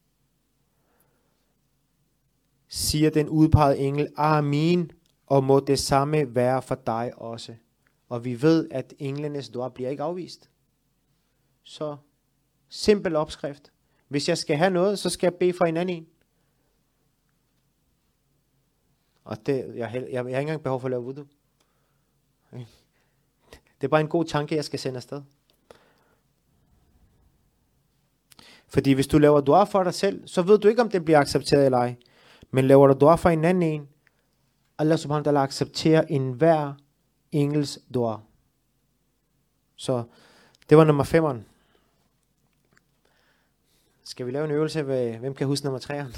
siger den udpegede engel, amin, og må det samme være for dig også. Og vi ved, at englenes dua bliver ikke afvist. Så simpel opskrift. Hvis jeg skal have noget, så skal jeg bede for en anden en. Og det, jeg, jeg, jeg har ikke engang behov for at lave wudu. Det er bare en god tanke, jeg skal sende afsted. Fordi hvis du laver dua for dig selv, så ved du ikke, om det bliver accepteret eller ej. Men laver du dua for en anden en, Allah subhanahu wa ta'ala accepterer enhver engels dua. Så det var nummer femeren. Skal vi lave en øvelse ved, hvem kan huske nummer treeren?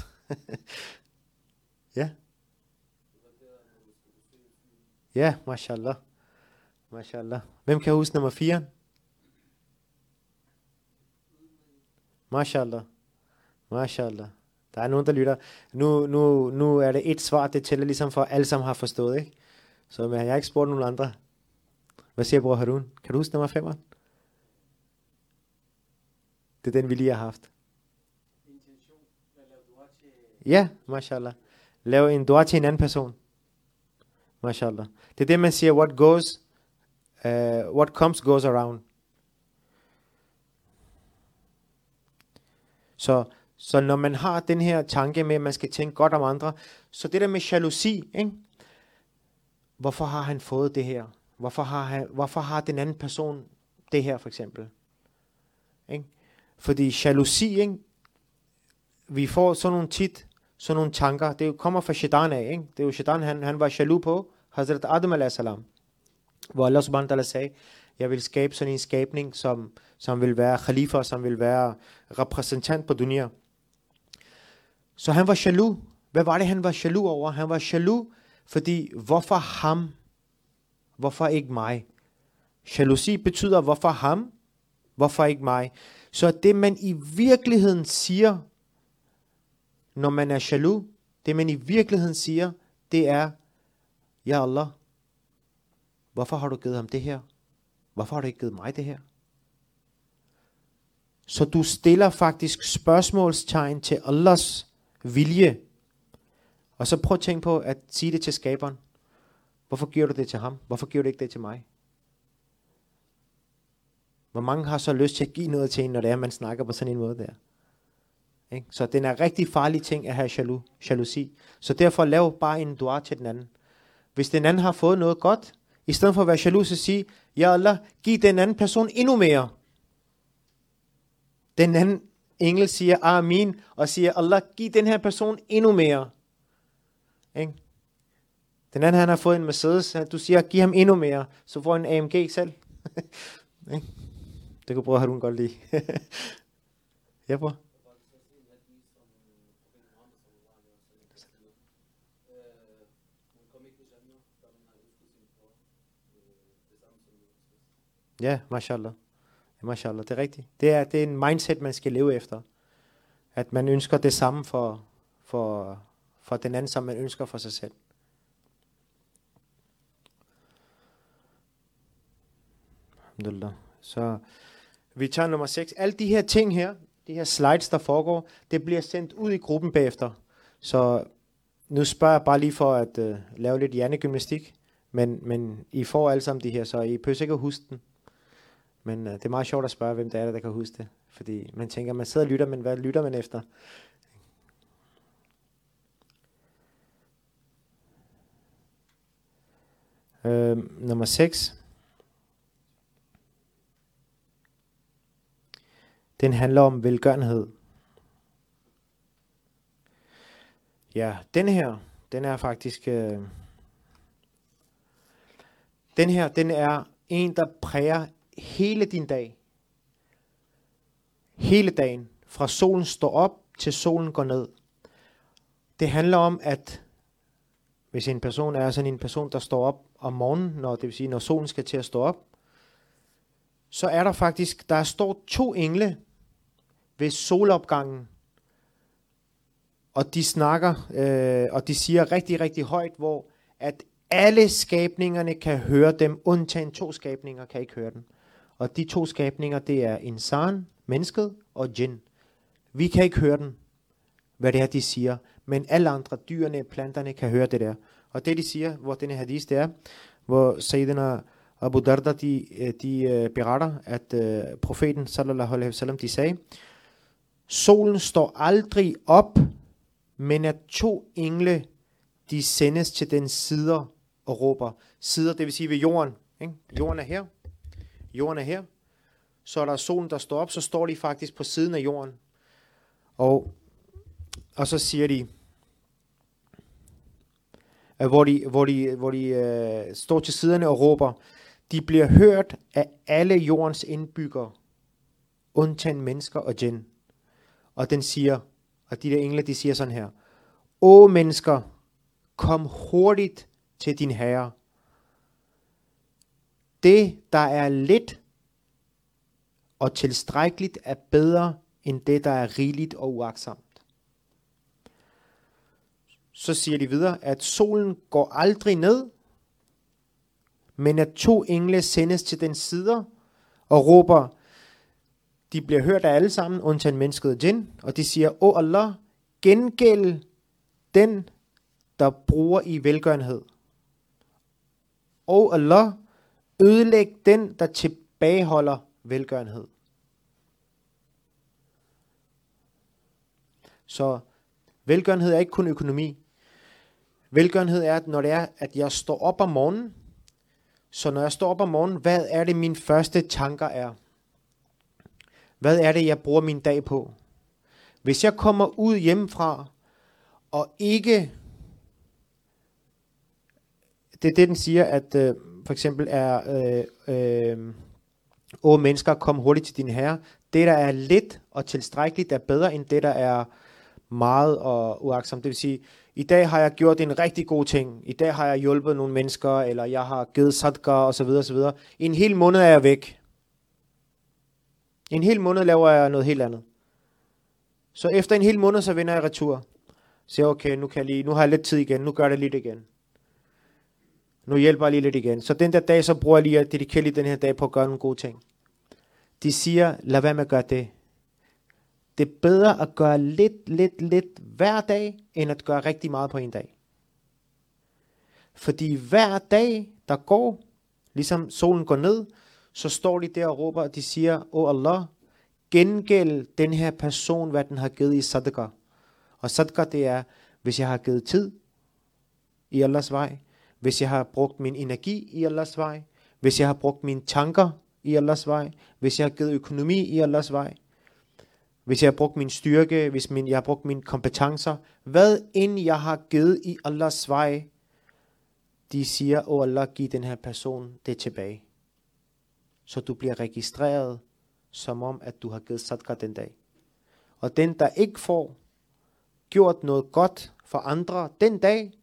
Ja. Ja, mashallah. Mashallah. Hvem kan huske nummer fire? Mashallah. Mashallah. Der er nogen, der lytter. Nu, nu, nu er det et svar, det tæller ligesom for, alle sammen har forstået, ikke? Så men jeg har ikke spurgt nogen andre. Hvad siger bror Harun? Kan du huske nummer femeren? Det er den, vi lige har haft. Ja, mashallah. Lav en dua til en anden person. Mashallah. Det er det, man siger, what goes, uh, what comes goes around. Så, så når man har den her tanke med, at man skal tænke godt om andre, så det der med jalousi, ikke? Hvorfor har han fået det her? Hvorfor har, han, hvorfor har den anden person det her, for eksempel? Ikke? Fordi jalousi, ikke? Vi får sådan nogle tit, sådan nogle tanker, det kommer fra shaitan af, ikke? Det er jo shaitan, han, han var jaloux på Hazrat Adam alaihi salam, hvor Allah subhanahu wa ta'ala sagde, jeg vil skabe sådan en skabning, som, som vil være khalifa, som vil være repræsentant på dunia. Så han var jaloux. Hvad var det, han var jaloux over? Han var jaloux, fordi hvorfor ham? Hvorfor ikke mig? Jalousi betyder, hvorfor ham? Hvorfor ikke mig? Så det man i virkeligheden siger, når man er jaloux, det man i virkeligheden siger, det er, ja Allah, hvorfor har du givet ham det her? Hvorfor har du ikke givet mig det her? Så du stiller faktisk spørgsmålstegn til Allahs vilje. Og så prøv at tænke på at sige det til skaberen. Hvorfor giver du det til ham? Hvorfor giver du ikke det til mig? Hvor mange har så lyst til at give noget til en, når det er, man snakker på sådan en måde der? Ikke? Så den er rigtig farlig ting at have jaloux, jalousi. Så derfor lav bare en dua til den anden. Hvis den anden har fået noget godt, i stedet for at være jaloux, så sig, ja Allah, giv den anden person endnu mere. Den anden engel siger amin, og siger, Allah, giv den her person endnu mere. Ikke? Den anden, han har fået en Mercedes, du siger, giv ham endnu mere, så får en A M G selv. Ikke? Det kunne bror Harun godt lide. Ja, bror. Ja, mashallah. Mashallah, det er rigtigt. Det er, det er en mindset, man skal leve efter. At man ønsker det samme for, for, for den anden, som man ønsker for sig selv. Alhamdulillah. Så vi tager nummer seks. Alle de her ting her, de her slides, der foregår, det bliver sendt ud i gruppen bagefter. Så nu spørger jeg bare lige for at uh, lave lidt hjernegymnastik. Men, men I får alle sammen de her, så I behøver ikke at huske den. Men uh, det er meget sjovt at spørge, hvem der er, der kan huske det. Fordi man tænker, man sidder og lytter, men hvad lytter man efter? Uh, nummer seks. Den handler om velgørenhed. Ja, den her, den er faktisk... Øh, den her, den er en, der præger hele din dag. Hele dagen. Fra solen står op, til solen går ned. Det handler om, at hvis en person er sådan en person, der står op om morgenen, når, det vil sige, når solen skal til at stå op, så er der faktisk, der står to engle ved solopgangen, og de snakker, øh, og de siger rigtig, rigtig højt, hvor at alle skabningerne kan høre dem, undtagen to skabninger kan ikke høre dem. Og de to skabninger, det er insan, mennesket, og jinn. Vi kan ikke høre dem, hvad det er, de siger, men alle andre dyrene, planterne kan høre det der. Og det de siger, hvor denne hadis det er, hvor Sayyidina Abu Darda, de, de beretter, at uh, profeten sallallahu alaihi wasallam, de sagde, solen står aldrig op, men at to engle, de sendes til den sider og råber. Sider, det vil sige ved jorden. Ikke? Jorden er her. Jorden er her. Så er der solen, der står op, så står de faktisk på siden af jorden. Og, og så siger de, at hvor de, hvor de, hvor de uh, står til siderne og råber, de bliver hørt af alle jordens indbyggere, undtagen mennesker og djinn. Og den siger, og de der engle, de siger sådan her, Å mennesker, kom hurtigt til din herre. Det, der er lidt og tilstrækkeligt, er bedre end det, der er rigeligt og uagtsomt. Så siger de videre, at solen går aldrig ned, men at to engle sendes til den sider og råber, de bliver hørt af alle sammen, undtagen mennesket og djinn, og de siger, Åh Allah, gengæld den, der bruger i velgørenhed. Åh Allah, ødelæg den, der tilbageholder velgørenhed. Så velgørenhed er ikke kun økonomi. Velgørenhed er, at når det er, at jeg står op om morgenen, så når jeg står op om morgenen, hvad er det, mine første tanker er? Hvad er det, jeg bruger min dag på? Hvis jeg kommer ud hjemmefra, og ikke, det er det, den siger, at øh, for eksempel er, øh, øh, åh mennesker, kom hurtigt til din herre. Det, der er lidt og tilstrækkeligt, er bedre end det, der er meget og uagtsomt. Det vil sige, i dag har jeg gjort en rigtig god ting. I dag har jeg hjulpet nogle mennesker, eller jeg har givet sadqa, osv. osv. I en hel måned er jeg væk. I en hel måned laver jeg noget helt andet. Så efter en hel måned, så vender jeg retur. Så okay, nu, kan jeg lige, nu har jeg lidt tid igen, nu gør jeg det lidt igen. Nu hjælper jeg lige lidt igen. Så den der dag, så bruger jeg lige at dedikere lige den her dag på at gøre nogle gode ting. De siger, lad være med at gøre det. Det er bedre at gøre lidt, lidt, lidt hver dag, end at gøre rigtig meget på en dag. Fordi hver dag, der går, ligesom solen går ned, så står de der og råber, og de siger, åh Allah, gengæld den her person, hvad den har givet i sadaqah. Og sadaqah, det er, hvis jeg har givet tid i Allahs vej, hvis jeg har brugt min energi i Allahs vej, hvis jeg har brugt mine tanker i Allahs vej, hvis jeg har givet økonomi i Allahs vej, hvis jeg har brugt min styrke, hvis min, jeg har brugt mine kompetencer, hvad end jeg har givet i Allahs vej, de siger, åh Allah, giv den her person det tilbage. Så du bliver registreret, som om, at du har givet sadaqah den dag. Og den, der ikke får gjort noget godt for andre den dag,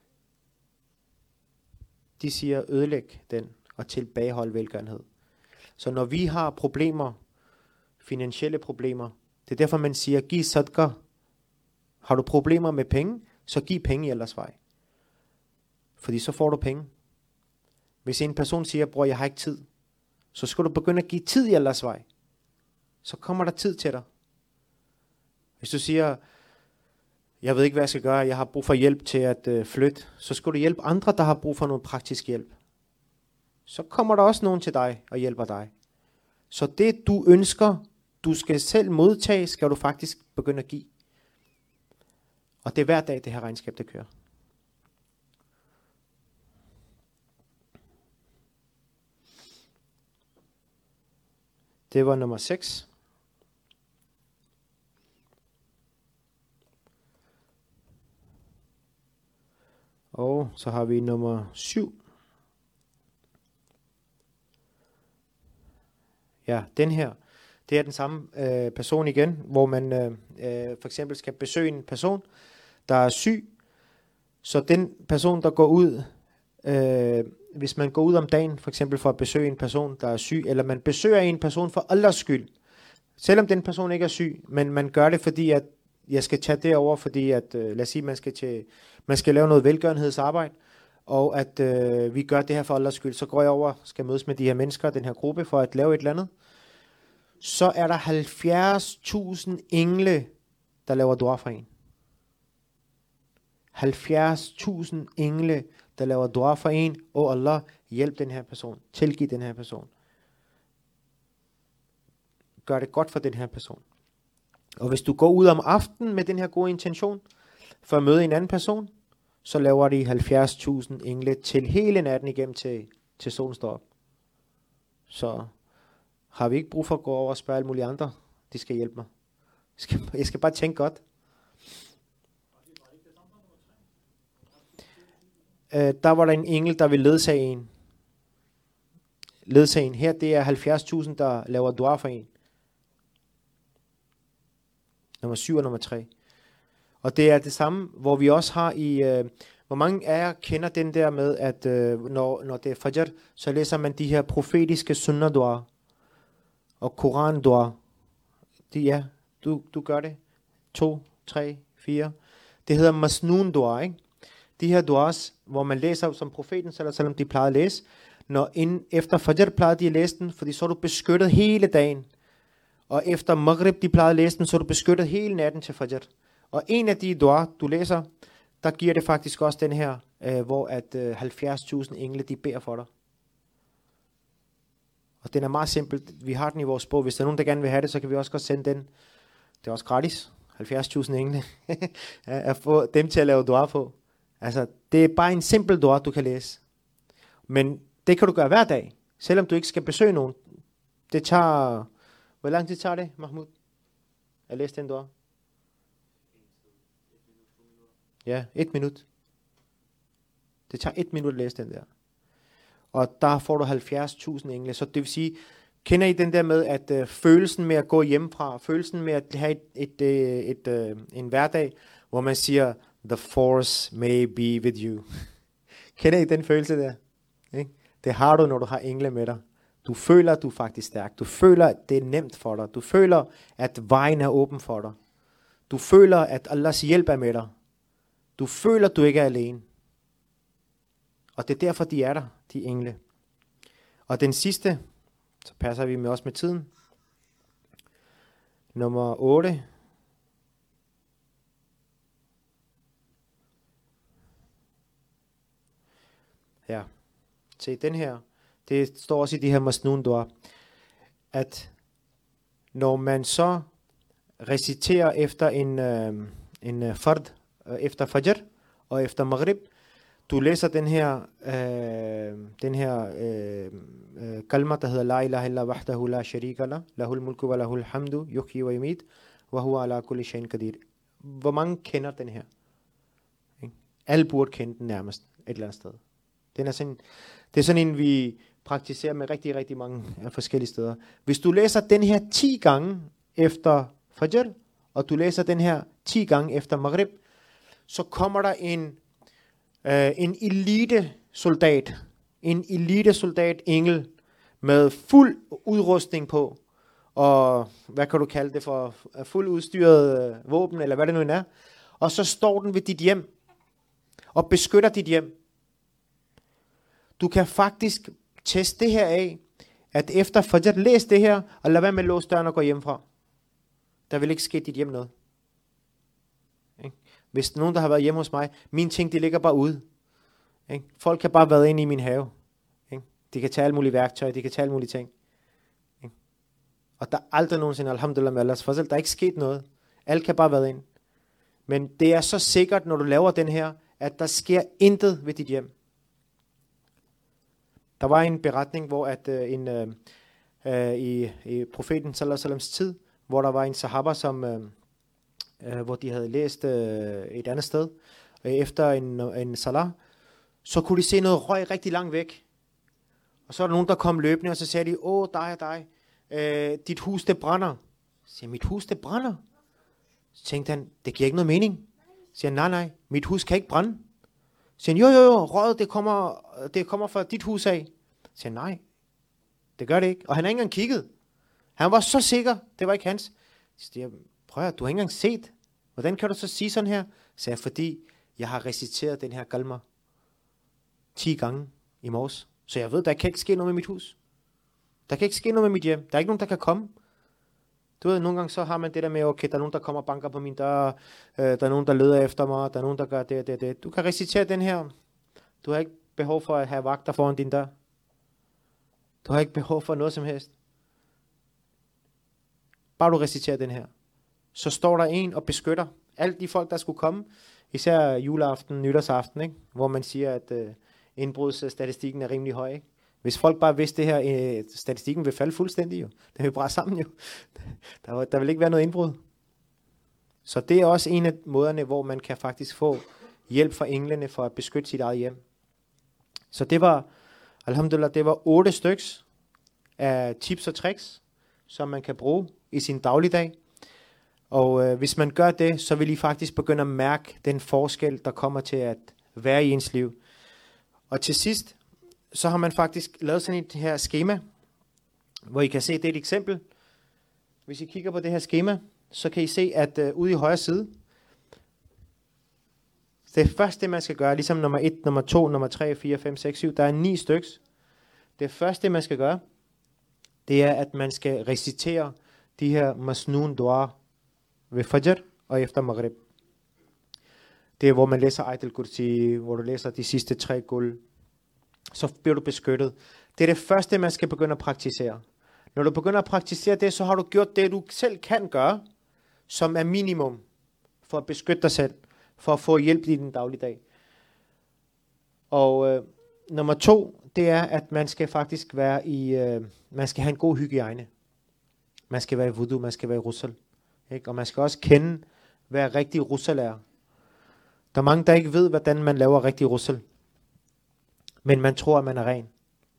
de siger, ødelæg den og tilbagehold velgørenhed. Så når vi har problemer, finansielle problemer, det er derfor, man siger, giv sadaqah. Har du problemer med penge, så giv penge i Allahs vej. Fordi så får du penge. Hvis en person siger, bror, jeg har ikke tid, så skal du begynde at give tid i Allahs vej. Så kommer der tid til dig. Hvis du siger, jeg ved ikke, hvad jeg skal gøre, jeg har brug for hjælp til at øh, flytte, så skal du hjælpe andre, der har brug for noget praktisk hjælp. Så kommer der også nogen til dig og hjælper dig. Så det, du ønsker, du skal selv modtage, skal du faktisk begynde at give. Og det er hver dag, det her regnskab, det kører. Det var nummer seks. Og så har vi nummer syv. Ja, den her. Det er den samme øh, person igen, hvor man øh, øh, for eksempel skal besøge en person, der er syg. Så den person, der går ud, øh, hvis man går ud om dagen, for eksempel for at besøge en person, der er syg, eller man besøger en person for Allahs skyld, selvom den person ikke er syg, men man gør det, fordi at jeg skal tage det over, fordi at, øh, lad os sige, man skal, til, man skal lave noget velgørenhedsarbejde, og at øh, vi gør det her for Allahs skyld, så går jeg over, skal mødes med de her mennesker, den her gruppe, for at lave et eller andet. Så er der halvfjerds tusind engle, der laver dua for en. halvfjerds tusind engle, der laver dua for en. Åh Allah, hjælp den her person. Tilgiv den her person. Gør det godt for den her person. Og hvis du går ud om aftenen med den her gode intention, for at møde en anden person, så laver de halvfjerds tusind engle til hele natten igennem til, til solen står op. Så har vi ikke brug for at gå over og spørge alle mulige andre. De skal hjælpe mig. Jeg skal, jeg skal bare tænke godt. Uh, der var der en engel, der ville ledsage en. Ledsage en. Her det er halvfjerds tusind, der laver dua for en. Nummer syv og nummer tre. Og det er det samme, hvor vi også har i... Uh, hvor mange af jer kender den der med, at uh, når, når det er fajr, så læser man de her profetiske sunnah-dua og koran-dua. De, ja, du, du gør det. To, tre, fire. Det hedder masnun-dua, ikke? De her duas, hvor man læser som profeten, selvom de plejede at læse. Når inden, efter fajr plejede de at læse den, fordi så er du beskyttet hele dagen. Og efter maghrib de plejede at læse den, så er du beskyttet hele natten til fajr. Og en af de dua, du læser, der giver det faktisk også den her, øh, hvor at øh, halvfjerds tusind engle, de beder for dig. Og den er meget simpelt. Vi har den i vores bog. Hvis der er nogen, der gerne vil have det, så kan vi også godt sende den. Det er også gratis. halvfjerds tusind engle. At få dem til at lave dua på. Altså, det er bare en simpel dua, du kan læse. Men det kan du gøre hver dag, selvom du ikke skal besøge nogen. Det tager... Hvor lang tid tager det, Mahmoud? At læse den dua? Ja, et minut. Det tager et minut at læse den der. Og der får du halvfjerds tusind engle. Så det vil sige, kender I den der med, at øh, følelsen med at gå hjemmefra, følelsen med at have et, et, et, et, øh, en hverdag, hvor man siger, the force may be with you. Kender I den følelse der? Ikke? Det har du, når du har engle med dig. Du føler, at du er faktisk stærk. Du føler, at det er nemt for dig. Du føler, at vejen er åben for dig. Du føler, at Allahs hjælp er med dig. Du føler, at du ikke er alene. Og det er derfor, de er der, de engle. Og den sidste, så passer vi med også med tiden. Nummer otte. Ja, se den her. Det står også i de her masnun dua, at når man så reciterer efter en, øh, en øh, fard, øh, efter fajr og efter maghrib, du læser den her, øh, den her øh, øh, kalma, der hedder La ilaha illa wahdahu la sharika la, lahul mulku wa lahul hamdu, yuhyi wa yumit, wa huwa ala kulli shay'in qadir. Hvor mange kender den her? Alle burde kende den nærmest et eller andet sted. Den er sådan, det er sådan en, vi praktiserer med rigtig, rigtig mange forskellige steder. Hvis du læser den her ti gange efter fajr, og du læser den her ti gange efter maghrib, så kommer der en, øh, en elite soldat, en elite soldat engel, med fuld udrustning på, og hvad kan du kalde det for, fuld udstyret øh, våben, eller hvad det nu er, og så står den ved dit hjem, og beskytter dit hjem. Du kan faktisk teste det her af, at efter fajr, læs det her, og lad være med at låse døren og gå hjemmefra. Der vil ikke ske dit hjem noget. Hvis nogen, der har været hjemme hos mig, mine ting, de ligger bare ude. Folk kan bare være inde i min have. De kan tage alle mulige værktøjer, de kan tage alle mulige ting. Og der er aldrig nogensinde, alhamdulillah med Allahs fazl, der er ikke sket noget. Alt kan bare være ind. Men det er så sikkert, når du laver den her, at der sker intet ved dit hjem. Der var en beretning, hvor at øh, en, øh, øh, i, i profeten sallallahu alaihi wasalams tid, hvor der var en sahaba, som, øh, øh, hvor de havde læst øh, et andet sted, øh, efter en, en salah, så kunne de se noget røg rigtig langt væk. Og så er der nogen, der kom løbende, og så sagde de, åh, dig og dig, øh, dit hus, det brænder. Så siger mit hus, det brænder. Så tænkte han, det giver ikke noget mening. Så siger han, nej, nej, mit hus kan ikke brænde. Så siger han, jo, jo, jo, røget, det kommer, det kommer fra dit hus af. Så siger han, nej, det gør det ikke. Og han har ikke engang kigget. Han var så sikker, det var ikke hans. Så siger jeg, prøv at, du har ikke engang set. Hvordan kan du så sige sådan her? Så siger jeg, fordi jeg har reciteret den her kalma ti gange i morges. Så jeg ved, der kan ikke ske noget med mit hus. Der kan ikke ske noget med mit hjem. Der er ikke nogen, der kan komme. Du ved, nogle gange så har man det der med, okay, der er nogen, der kommer og banker på min dør, øh, der er nogen, der leder efter mig, der er nogen, der gør det og det og det. Du kan recitere den her. Du har ikke behov for at have vagter foran din dør. Du har ikke behov for noget som helst. Bare du reciterer den her. Så står der en og beskytter alle de folk, der skulle komme. Især juleaften, nytårsaften, ikke? Hvor man siger, at øh, indbrudsstatistikken er rimelig høj, ikke? Hvis folk bare vidste det her, øh, statistikken vil falde fuldstændig jo. Det vil bare sammen jo. Der, der vil ikke være noget indbrud. Så det er også en af måderne, hvor man kan faktisk få hjælp fra englene for at beskytte sit eget hjem. Så det var, alhamdulillah, det var otte styks af tips og tricks, som man kan bruge i sin dagligdag. Og øh, hvis man gør det, så vil I faktisk begynde at mærke den forskel, der kommer til at være i ens liv. Og til sidst, så har man faktisk lavet sådan et her skema, hvor I kan se, det er et eksempel. Hvis I kigger på det her skema, så kan I se, at øh, ude i højre side, det første, man skal gøre, ligesom nummer et, nummer to, nummer tre, fire, fem, seks, syv, der er ni styks. Det første, man skal gøre, det er, at man skal recitere de her masnun dua ved fajr og efter maghrib. Det er, hvor man læser Ayatul Kursi, hvor du læser de sidste tre guld. Så bliver du beskyttet. Det er det første, man skal begynde at praktisere. Når du begynder at praktisere det, så har du gjort det, du selv kan gøre, som er minimum for at beskytte dig selv, for at få hjælp i din dagligdag. Og øh, nummer to, det er, at man skal faktisk være i, øh, man skal have en god hygiejne. Man skal være i wudu, man skal være i russel. Ikke? Og man skal også kende, hvad rigtig russel er. Der er mange, der ikke ved, hvordan man laver rigtig russel. Men man tror, at man er ren.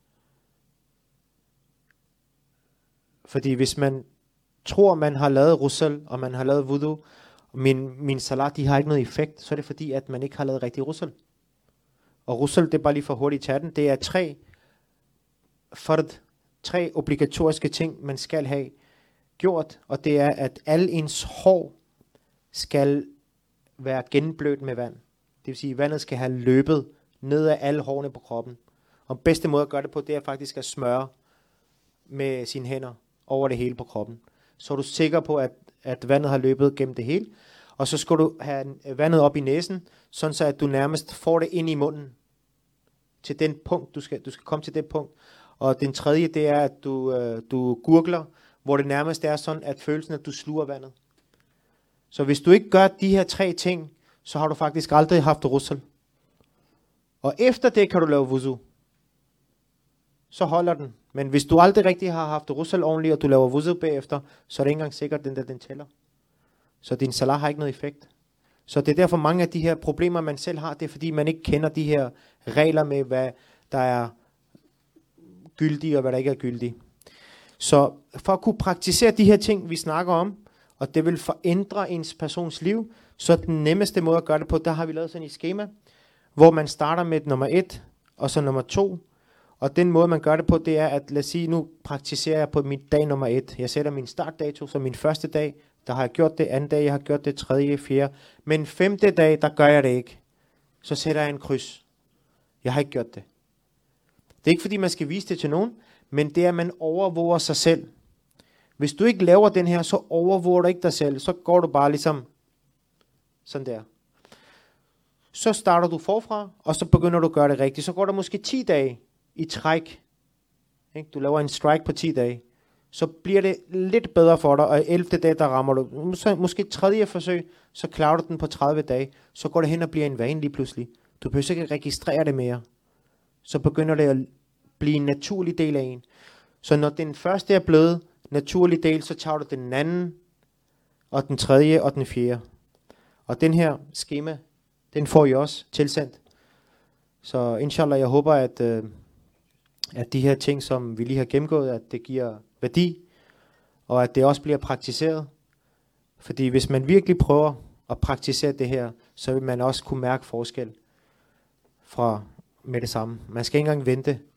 Fordi hvis man tror, man har lavet russel, og man har lavet wudu, og min, min salat, de har ikke noget effekt, så er det fordi, at man ikke har lavet rigtig russel. Og russel, det er bare lige for hurtigt til den, det er tre, fard, tre obligatoriske ting, man skal have gjort, og det er, at al ens hår skal være genblødt med vand. Det vil sige, at vandet skal have løbet ned af alle hårene på kroppen. Og bedste måde at gøre det på, det er faktisk at smøre med sine hænder over det hele på kroppen. Så er du sikker på, at, at vandet har løbet gennem det hele. Og så skal du have vandet op i næsen, sådan så at du nærmest får det ind i munden. Til den punkt, du skal, du skal komme til det punkt. Og den tredje, det er, at du, øh, du gurgler, hvor det nærmest er sådan, at følelsen, at du sluger vandet. Så hvis du ikke gør de her tre ting, så har du faktisk aldrig haft russel. Og efter det kan du lave wuzu. Så holder den. Men hvis du aldrig rigtig har haft russel ordentligt, og du laver wuzu bagefter, så er det ikke engang sikkert, at den der den tæller. Så din salat har ikke noget effekt. Så det er derfor mange af de her problemer, man selv har, det er fordi man ikke kender de her regler med, hvad der er gyldige og hvad der ikke er gyldige. Så for at kunne praktisere de her ting, vi snakker om, og det vil forændre ens persons liv, så den nemmeste måde at gøre det på, der har vi lavet sådan et skema, hvor man starter med nummer et, og så nummer to. Og den måde, man gør det på, det er, at lad os sige, nu praktiserer jeg på min dag nummer et. Jeg sætter min startdato som min første dag. Der har jeg gjort det anden dag, jeg har gjort det tredje, fjerde. Men femte dag, der gør jeg det ikke. Så sætter jeg en kryds. Jeg har ikke gjort det. Det er ikke fordi, man skal vise det til nogen, men det er, at man overvåger sig selv. Hvis du ikke laver den her, så overvåger du ikke dig selv. Så går du bare ligesom sådan der. Så starter du forfra, og så begynder du at gøre det rigtigt. Så går der måske ti dage i træk. Du laver en strike på ti dage. Så bliver det lidt bedre for dig, og ellevte dag, der rammer du. Så måske tredje forsøg, så klarer du den på tredive dage. Så går det hen og bliver en vane lige pludselig. Du behøver ikke registrere det mere. Så begynder det at blive en naturlig del af en. Så når den første er blevet naturlig del, så tager du den anden, og den tredje, og den fjerde. Og den her skema, den får I også tilsendt. Så inshallah, jeg håber, at, øh, at de her ting, som vi lige har gennemgået, at det giver værdi, og at det også bliver praktiseret. Fordi hvis man virkelig prøver at praktisere det her, så vil man også kunne mærke forskel fra med det samme. Man skal ikke engang vente